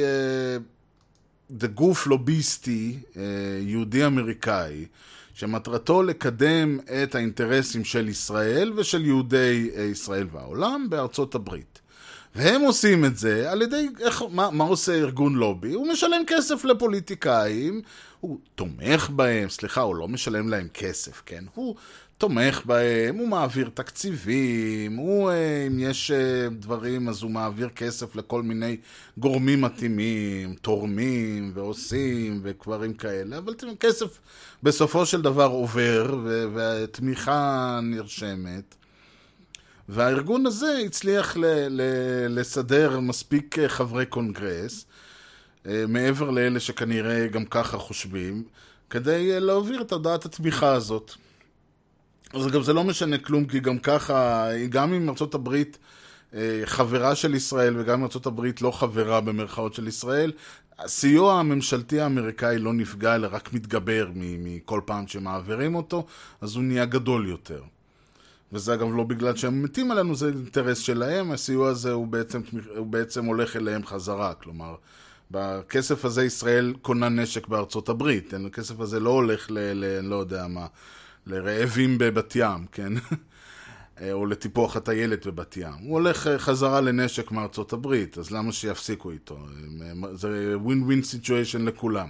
זה גוף לוביסטי, יהודי אמריקאי, שמטרתו לקדם את האינטרסים של ישראל ושל יהודי ישראל והעולם בארצות הברית. והם עושים את זה על ידי, מה עושה ארגון לובי? הוא משלם כסף לפוליטיקאים, הוא תומך בהם, הוא לא משלם להם כסף, כן? הוא תומך בהם, הוא מעביר תקציבים, אם יש דברים אז הוא מעביר כסף לכל מיני גורמים מתאימים, תורמים ועושים ודברים כאלה, אבל כסף בסופו של דבר עובר והתמיכה נרשמת. והארגון הזה הצליח לסדר מספיק חברי קונגרס, מעבר לאלה שכנראה גם ככה חושבים, כדי להעביר את הודעת התמיכה הזאת. אז גם זה לא משנה כלום, כי גם ככה, גם אם ארצות הברית חברה של ישראל, וגם אם ארצות הברית לא חברה במרכאות של ישראל, הסיוע הממשלתי האמריקאי לא נפגע, אלא רק מתגבר מכל פעם שמעבירים אותו, אז הוא נהיה גדול יותר. וזה אגב לא בגלל שהם מתים עלינו, זה אינטרס שלהם, הסיוע הזה הוא בעצם הולך אליהם חזרה, כלומר, בכסף הזה ישראל קונה נשק בארצות הברית, הכסף הזה לא הולך לא יודע מה, לרעבים בבת ים, כן? או לטיפוח הטיילת בבת ים. הוא הולך חזרה לנשק מארצות הברית, אז למה שיפסיקו איתו? זה win-win situation לכולם.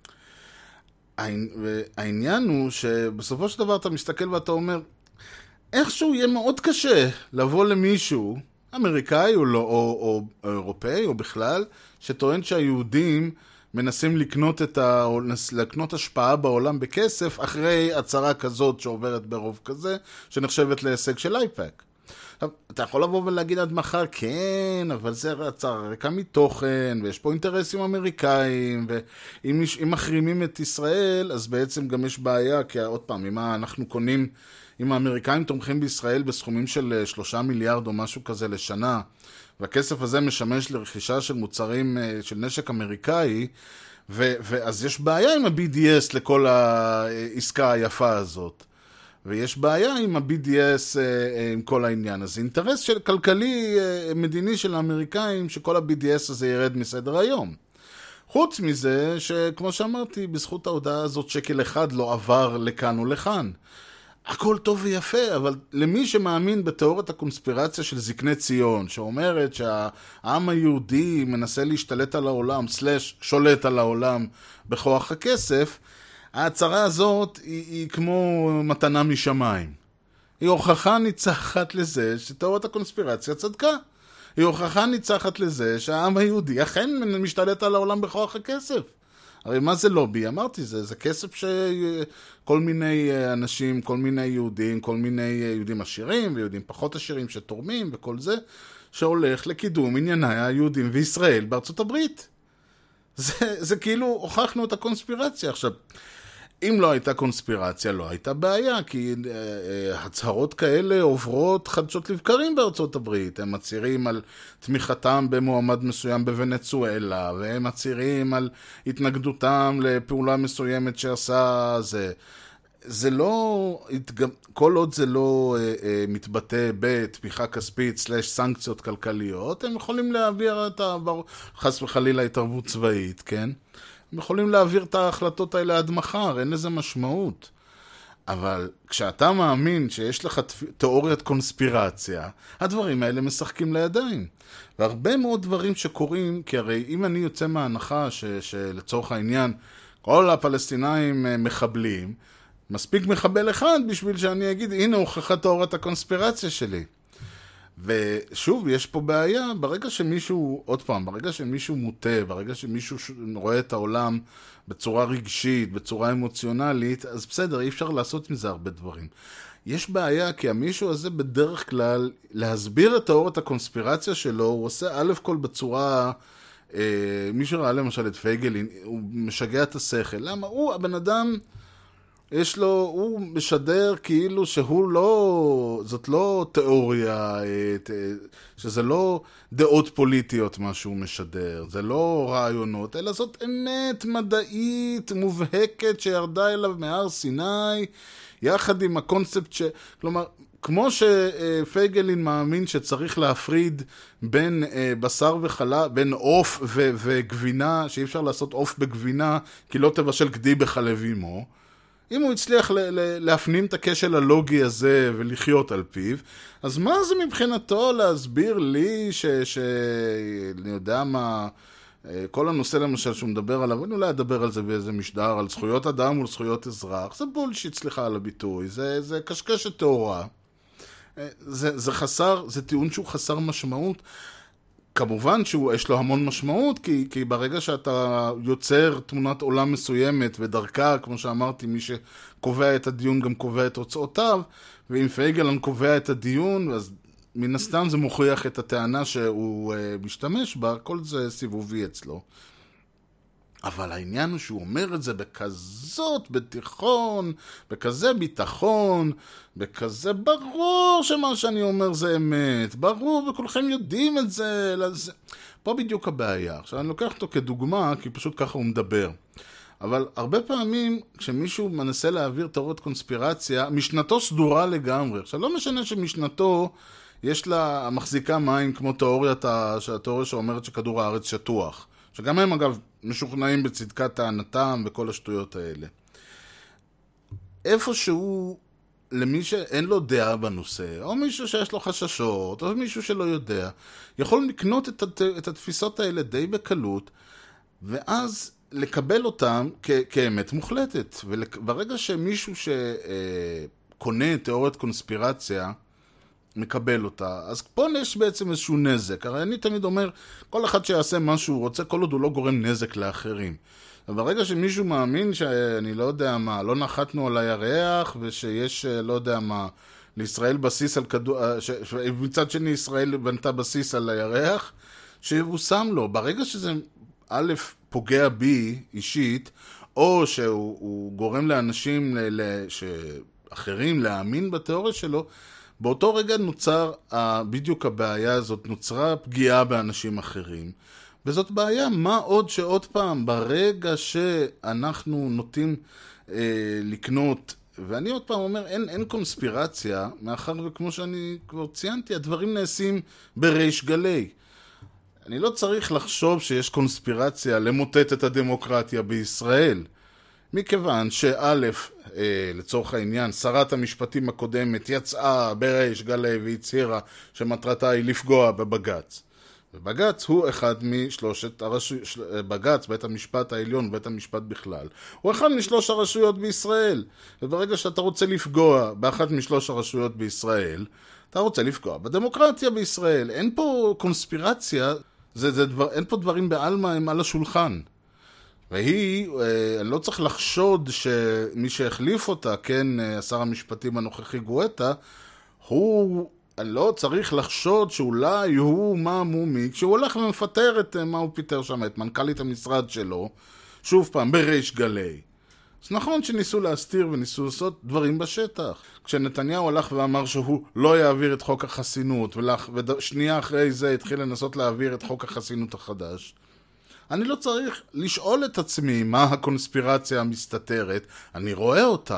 העניין הוא שבסופו של דבר אתה מסתכל ואתה אומר, איכשהו יהיה מאוד קשה לבוא למישהו, אמריקאי או אירופאי או בכלל, שטוען שהיהודים מנסים לקנות השפעה בעולם בכסף אחרי הצהרה כזאת שעוברת ברוב כזה, שנחשבת להישג של איפאק. עכשיו, אתה יכול לבוא ולהגיד עד מחר, כן, אבל זה רקע מתוכן, ויש פה אינטרסים אמריקאים, ואם מחרימים את ישראל, אז בעצם גם יש בעיה, כי עוד פעם, אם האמריקאים תומכים בישראל בסכומים של 3 מיליארד או משהו כזה לשנה, והכסף הזה משמש לרכישה של מוצרים של נשק אמריקאי, ואז יש בעיה עם ה-BDS לכל העסקה היפה הזאת. ויש בעיה עם ה-BDS עם כל העניין. אז אינטרס של כלכלי מדיני של האמריקאים שכל ה-BDS הזה ירד מסדר היום. חוץ מזה שכמו שאמרתי, בזכות ההודעה הזאת שקל אחד לא עבר לכאן ולכאן. הכל טוב ויפה, אבל למי שמאמין בתיאוריית הקונספירציה של זקני ציון, שאומרת שהעם היהודי מנסה להשתלט על העולם, שולט על העולם בכוח הכסף, ההצהרה הזאת היא כמו מתנה משמיים. היא הוכחה ניצחת לזה שתיאוריית הקונספירציה צדקה. היא הוכחה ניצחת לזה שהעם היהודי אכן משתלט על העולם בכוח הכסף. הרי מה זה לובי? אמרתי, זה כסף שכל מיני אנשים, כל מיני יהודים, כל מיני יהודים עשירים ויהודים פחות עשירים שתורמים וכל זה, שהולך לקידום ענייני היהודים וישראל בארצות הברית. זה כאילו הוכחנו את הקונספירציה. עכשיו, אם לא הייתה קונספירציה, לא הייתה בעיה, כי הצהרות כאלה עוברות חדשות לבקרים בארצות הברית. הם מצהירים על תמיכתם במועמד מסוים בוונצואלה, והם מצהירים על התנגדותם לפעולה מסוימת שעשה זה. זה לא, כל עוד זה לא מתבטא בתמיכה כספית / סנקציות כלכליות, הם יכולים להעביר חס וחלילה התערבות צבאית, כן? הם יכולים להעביר את ההחלטות האלה עד מחר, אין לזה משמעות. אבל כשאתה מאמין שיש לך תיאוריית קונספירציה, הדברים האלה משחקים לידיים. והרבה מאוד דברים שקורים, כי הרי אם אני יוצא מההנחה שלצורך העניין כל הפלסטינאים מחבלים, מספיק מחבל אחד בשביל שאני אגיד, הנה הוכחת תיאוריית הקונספירציה שלי. ושוב, יש פה בעיה, ברגע שמישהו, עוד פעם, ברגע שמישהו מוטה, ברגע שמישהו רואה את העולם בצורה רגשית, בצורה אמוציונלית, אז בסדר, אי אפשר לעשות מזה הרבה דברים. יש בעיה, כי המישהו הזה בדרך כלל, להסביר את תיאוריית הקונספירציה שלו, הוא עושה א' כל בצורה, מישהו ראה למשל את פייגלין, הוא משגע את השכל. למה? הוא, הבן אדם, יש לו, הוא משדר כאילו שהוא לא, זאת לא תיאוריה, שזה לא דעות פוליטיות מה שהוא משדר, זה לא רעיונות, אלא זאת אמת מדעית מובהקת שירדה אליו מהר סיני, יחד עם הקונספט כלומר, כמו שפייגלין מאמין שצריך להפריד בין בשר וחלה, בין עוף וגבינה, שאי אפשר לעשות עוף בגבינה, כי לא תבשל גדי בחלב אמו, אם הוא הצליח להפנים את הכשל הלוגי הזה ולחיות על פיו, אז מה זה מבחינתו להסביר לי אני יודע מה, כל הנושא למשל שהוא מדבר עליו, אני אולי אדבר על זה באיזה משדר, על זכויות אדם מול זכויות אזרח, זה בולשיט, סליחה על הביטוי, זה קשקשת תאורה, זה טיעון שהוא חסר משמעות, כמובן שיש לו המון משמעות, כי ברגע שאתה יוצר תמונת עולם מסוימת ודרכה, כמו שאמרתי, מי שקובע את הדיון גם קובע את תוצאותיו, ואם פייגלן קובע את הדיון, אז מן הסתם זה מוכיח את הטענה שהוא משתמש בה, כל זה סיבובי אצלו. אבל העניין הוא שהוא אומר את זה בכזאת בתיכון, בכזה ביטחון, בכזה ברור שמה שאני אומר זה אמת, ברור וכולכם יודעים את זה, פה בדיוק הבעיה. עכשיו אני לוקח אותו כדוגמה, כי פשוט ככה הוא מדבר. אבל הרבה פעמים כשמישהו מנסה להעביר תיאוריית קונספירציה, משנתו סדורה לגמרי. עכשיו לא משנה שמשנתו יש לה מחזיקה מים כמו התיאוריה שאומרת שכדור הארץ שטוח. שגם הם אגב משוכנעים בצדקת טענתם וכל השטויות האלה. איפשהו למי שאין לו דעה בנושא, או מישהו שיש לו חששות, או מישהו שלא יודע, יכול לקנות את התפיסות האלה די בקלות, ואז לקבל אותם כאמת מוחלטת. וברגע שמישהו שקונה תיאוריית קונספירציה, מקבל אותה. אז פה יש בעצם איזשהו נזק. הרי אני תמיד אומר, כל אחד שיעשה מה שהוא רוצה, כל עוד הוא לא גורם נזק לאחרים. וברגע שמישהו מאמין שאני לא יודע מה, לא נחתנו על הירח, ושיש לא יודע מה, לישראל בסיס על כדור, מצד שני ישראל בנתה בסיס על הירח, שהוא שם לו. ברגע שזה א' פוגע בי אישית, או שהוא גורם לאנשים אחרים להאמין בתיאוריה שלו, באותו רגע נוצר בדיוק הבעיה הזאת, נוצרה פגיעה באנשים אחרים. וזאת בעיה, מה עוד שעוד פעם, ברגע שאנחנו נוטים לקנות, ואני עוד פעם אומר, אין קונספירציה, מאחר וכמו שאני כבר ציינתי, הדברים נעשים בריש גלי. אני לא צריך לחשוב שיש קונספירציה למוטט את הדמוקרטיה בישראל. מכיוון שא', לצורך העניין, שרת המשפטים הקודמת יצאה בריש גלי והצהירה שמטרתה היא לפגוע בבג"ץ. ובג"ץ הוא אחד משלושת הרשויות, בג"ץ, בית המשפט העליון, בית המשפט בכלל, הוא אחד משלוש הרשויות בישראל. וברגע שאתה רוצה לפגוע באחת משלוש הרשויות בישראל, אתה רוצה לפגוע בדמוקרטיה בישראל. אין פה קונספירציה, אין פה דברים בעלמא, הם על השולחן. והיא, אני לא צריך לחשוד שמי שהחליף אותה, כן, שר המשפטים הנוכחי גואטה, אני לא צריך לחשוד שאולי הוא מומי, כשהוא הולך ומפטר את מה הוא פיטר שם, את מנכ"לית המשרד שלו, שוב פעם, בריש גלי. אז נכון שניסו להסתיר וניסו לעשות דברים בשטח. כשנתניהו הלך ואמר שהוא לא יעביר את חוק החסינות, ושנייה אחרי זה התחיל לנסות להעביר את חוק החסינות החדש, אני לא צריך לשאול את עצמי מה הקונספירציה המסתתרת, אני רואה אותה.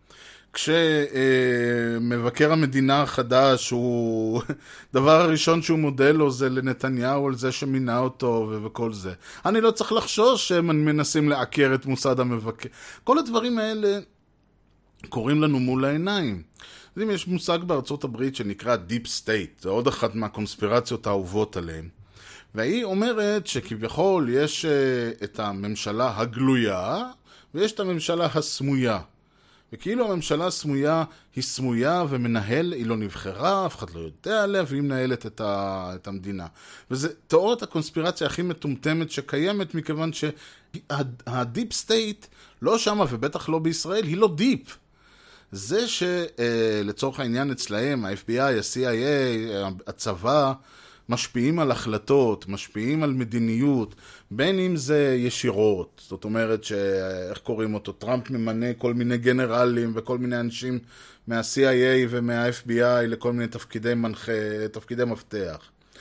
כשמבקר המדינה החדש, הוא דבר הראשון שהוא מודה לו זה לנתניהו על זה שמינה אותו וכל זה. אני לא צריך לחשוש שהם מנסים לעקר את מוסד המבקר. כל הדברים האלה קוראים לנו מול העיניים. אז אם יש מושג בארצות הברית שנקרא Deep State, זה עוד אחת מהקונספירציות האהובות עליהם. והיא אומרת שכביכול יש את הממשלה הגלויה ויש את הממשלה הסמויה. וכאילו הממשלה הסמויה היא סמויה ומנהל, היא לא נבחרה, אף אחד לא יודע עליה, והיא מנהלת את המדינה. וזה תיאוריית הקונספירציה הכי מטומטמת שקיימת, מכיוון שהדיפ סטייט לא שמה ובטח לא בישראל, היא לא דיפ. זה שלצורך העניין אצלהם, ה-FBI, ה-CIA, הצבא, משפיעים על החלטות, משפיעים על מדיניות, בין אם זה ישירות, זאת אומרת איך קוראים אותו, טראמפ ממנה כל מיני גנרלים וכל מיני אנשים מה-CIA ומה-FBI לכל מיני תפקידי מפתח.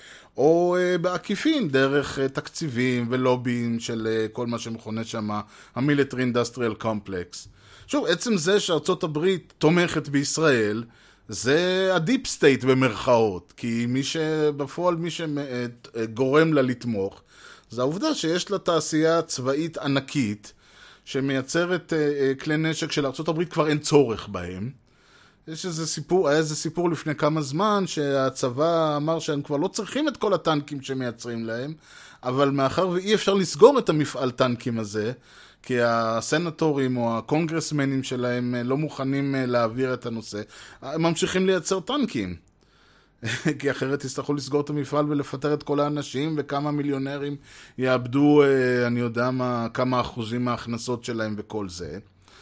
או בעקיפין, דרך תקציבים ולובים של כל מה שמכונה שם, ה-Military Industrial Complex. שוב, עצם זה שארצות הברית תומכת בישראל, זה הדיפ סטייט במרכאות, כי בפועל מי שגורם לה לתמוך, זה העובדה שיש לה תעשייה צבאית ענקית, שמייצרת כלי נשק של ארצות הברית כבר אין צורך בהם. יש היה איזה סיפור לפני כמה זמן, שהצבא אמר שהם כבר לא צריכים את כל הטנקים שמייצרים להם, אבל מאחר ואי אפשר לסגור את המפעל טנקים הזה, כי הסנטורים או הקונגרסמנים שלהם לא מוכנים להעביר את הנושא, הם ממשיכים לייצר טנקים. כי אחרת יצטרכו לסגור את המפעל ולפטר את כל האנשים, וכמה מיליונרים יאבדו, אני יודע כמה אחוזים מההכנסות שלהם וכל זה.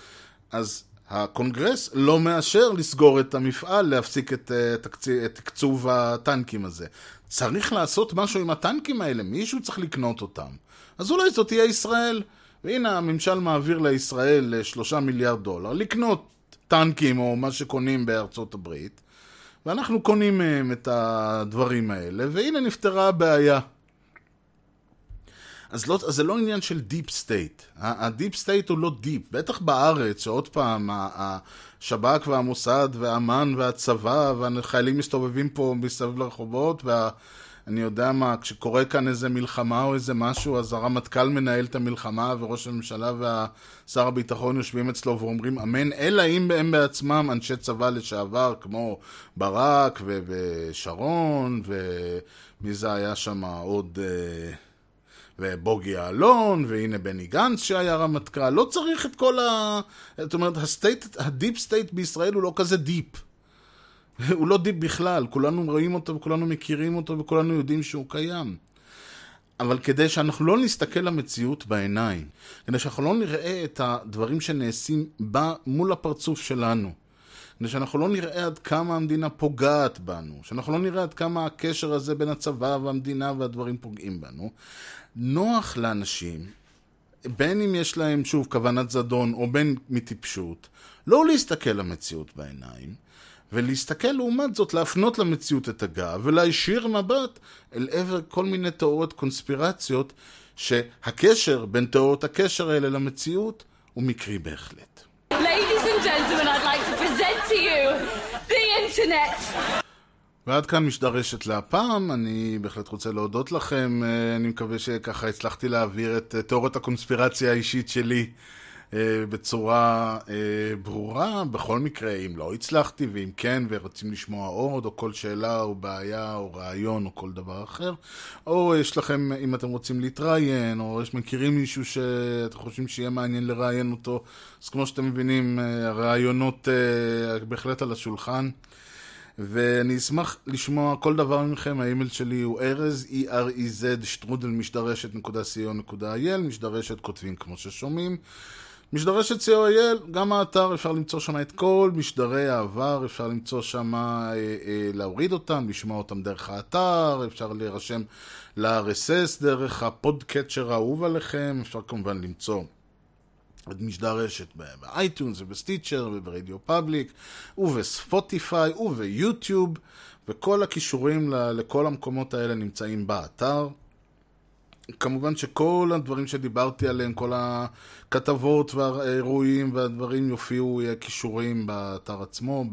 אז הקונגרס לא מאשר לסגור את המפעל, להפסיק את תקצוב הטנקים הזה. צריך לעשות משהו עם הטנקים האלה, מישהו צריך לקנות אותם. אז אולי זאת תהיה ישראל. והנה הממשל מעביר לישראל $3 מיליארד לקנות טנקים או מה שקונים בארצות הברית, ואנחנו קונים מהם את הדברים האלה, והנה נפתרה הבעיה. אז זה לא עניין של דיפ סטייט. הדיפ סטייט הוא לא דיפ. בטח בארץ, שעוד פעם, השב"כ והמוסד והאמן והצבא והחיילים מסתובבים פה מסביב לרחובות, אני יודע מה, כשקורה כאן איזה מלחמה או איזה משהו, אז הרמטכ"ל מנהל את המלחמה, וראש הממשלה והשר הביטחון יושבים אצלו ואומרים אמן, אלא אם הם בעצמם אנשי צבא לשעבר, כמו ברק ושרון, ומי זה היה שם עוד, ובוגי אלון, והנה בני גנץ שהיה רמטכ"ל. לא צריך את כל זאת אומרת, הדיפ סטייט בישראל הוא לא כזה דיפ. הוא לא דיפ בכלל, כולנו רואים אותו וכולנו מכירים אותו וכולנו יודעים שהוא קיים. אבל כדי שאנחנו לא נסתכל למציאות בעיניים, כדי שאנחנו לא נראה את הדברים שנעשים מול הפרצוף שלנו, כדי שאנחנו לא נראה עד כמה המדינה פוגעת בנו, שאנחנו לא נראה עד כמה הקשר הזה בין הצבא והמדינה והדברים פוגעים בנו. נוח לאנשים, בין אם יש להם שוב כוונת זדון או בין מטיפשות, לא להסתכל למציאות בעיניים, ולהסתכל לעומת זאת, להפנות למציאות את הגב, ולהישיר מבט אל עבר כל מיני תיאוריות קונספירציות, שהקשר בין תיאוריות הקשר האלה למציאות הוא מקרי בהחלט. Ladies and gentlemen, I'd like to present to you the internet. ועד כאן משדרשת להפעם, אני בהחלט רוצה להודות לכם, אני מקווה שככה הצלחתי להעביר את תיאוריית הקונספירציה האישית שלי בצורה ברורה. בכל מקרה, אם לא הצלחתי, ואם כן, ורוצים לשמוע עוד, או כל שאלה, או בעיה, או רעיון, או כל דבר אחר, או יש לכם, אם אתם רוצים להתראיין, או יש מכירים מישהו שאתם חושבים שיהיה מעניין לראיין אותו, אז כמו שאתם מבינים, הרעיונות בהחלט על השולחן, ואני אשמח לשמוע כל דבר מכם. האימייל שלי הוא ארז, erez@משדרשת.co.il, משדרשת כותבים כמו ששומעים. משדרשת co.il, גם האתר, אפשר למצוא שם את כל משדרי העבר, אפשר למצוא שם, להוריד אותם, לשמוע אותם דרך האתר, אפשר להירשם ל-RSS דרך הפודקאצ'ר האהוב עליכם, אפשר כמובן למצוא את משדרשת באייטונס ובסטיצ'ר וברדיו פאבליק ובספוטיפיי וביוטיוב, וכל הכישורים לכל המקומות האלה נמצאים באתר. כמובן שכל הדברים שדיברתי עליהם, כל הכתבות והאירועים והדברים יופיעו כישורים באתר עצמו,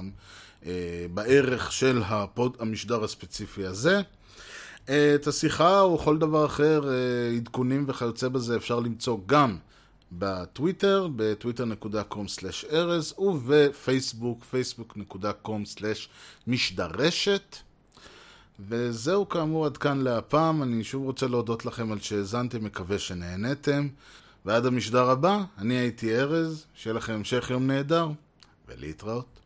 בערך של המשדר הספציפי הזה. את השיחה או כל דבר אחר, עדכונים וכיוצא בזה, אפשר למצוא גם בטוויטר, בטוויטר.com/ארז, ובפייסבוק, facebook.com/משדרשת. וזהו כאמור עד כאן להפעם. אני שוב רוצה להודות לכם על שהאזנתם, מקווה שנהנתם. ועד המשדר הבא, אני הייתי ארז, שיהיה לכם המשך יום נהדר, ולהתראות.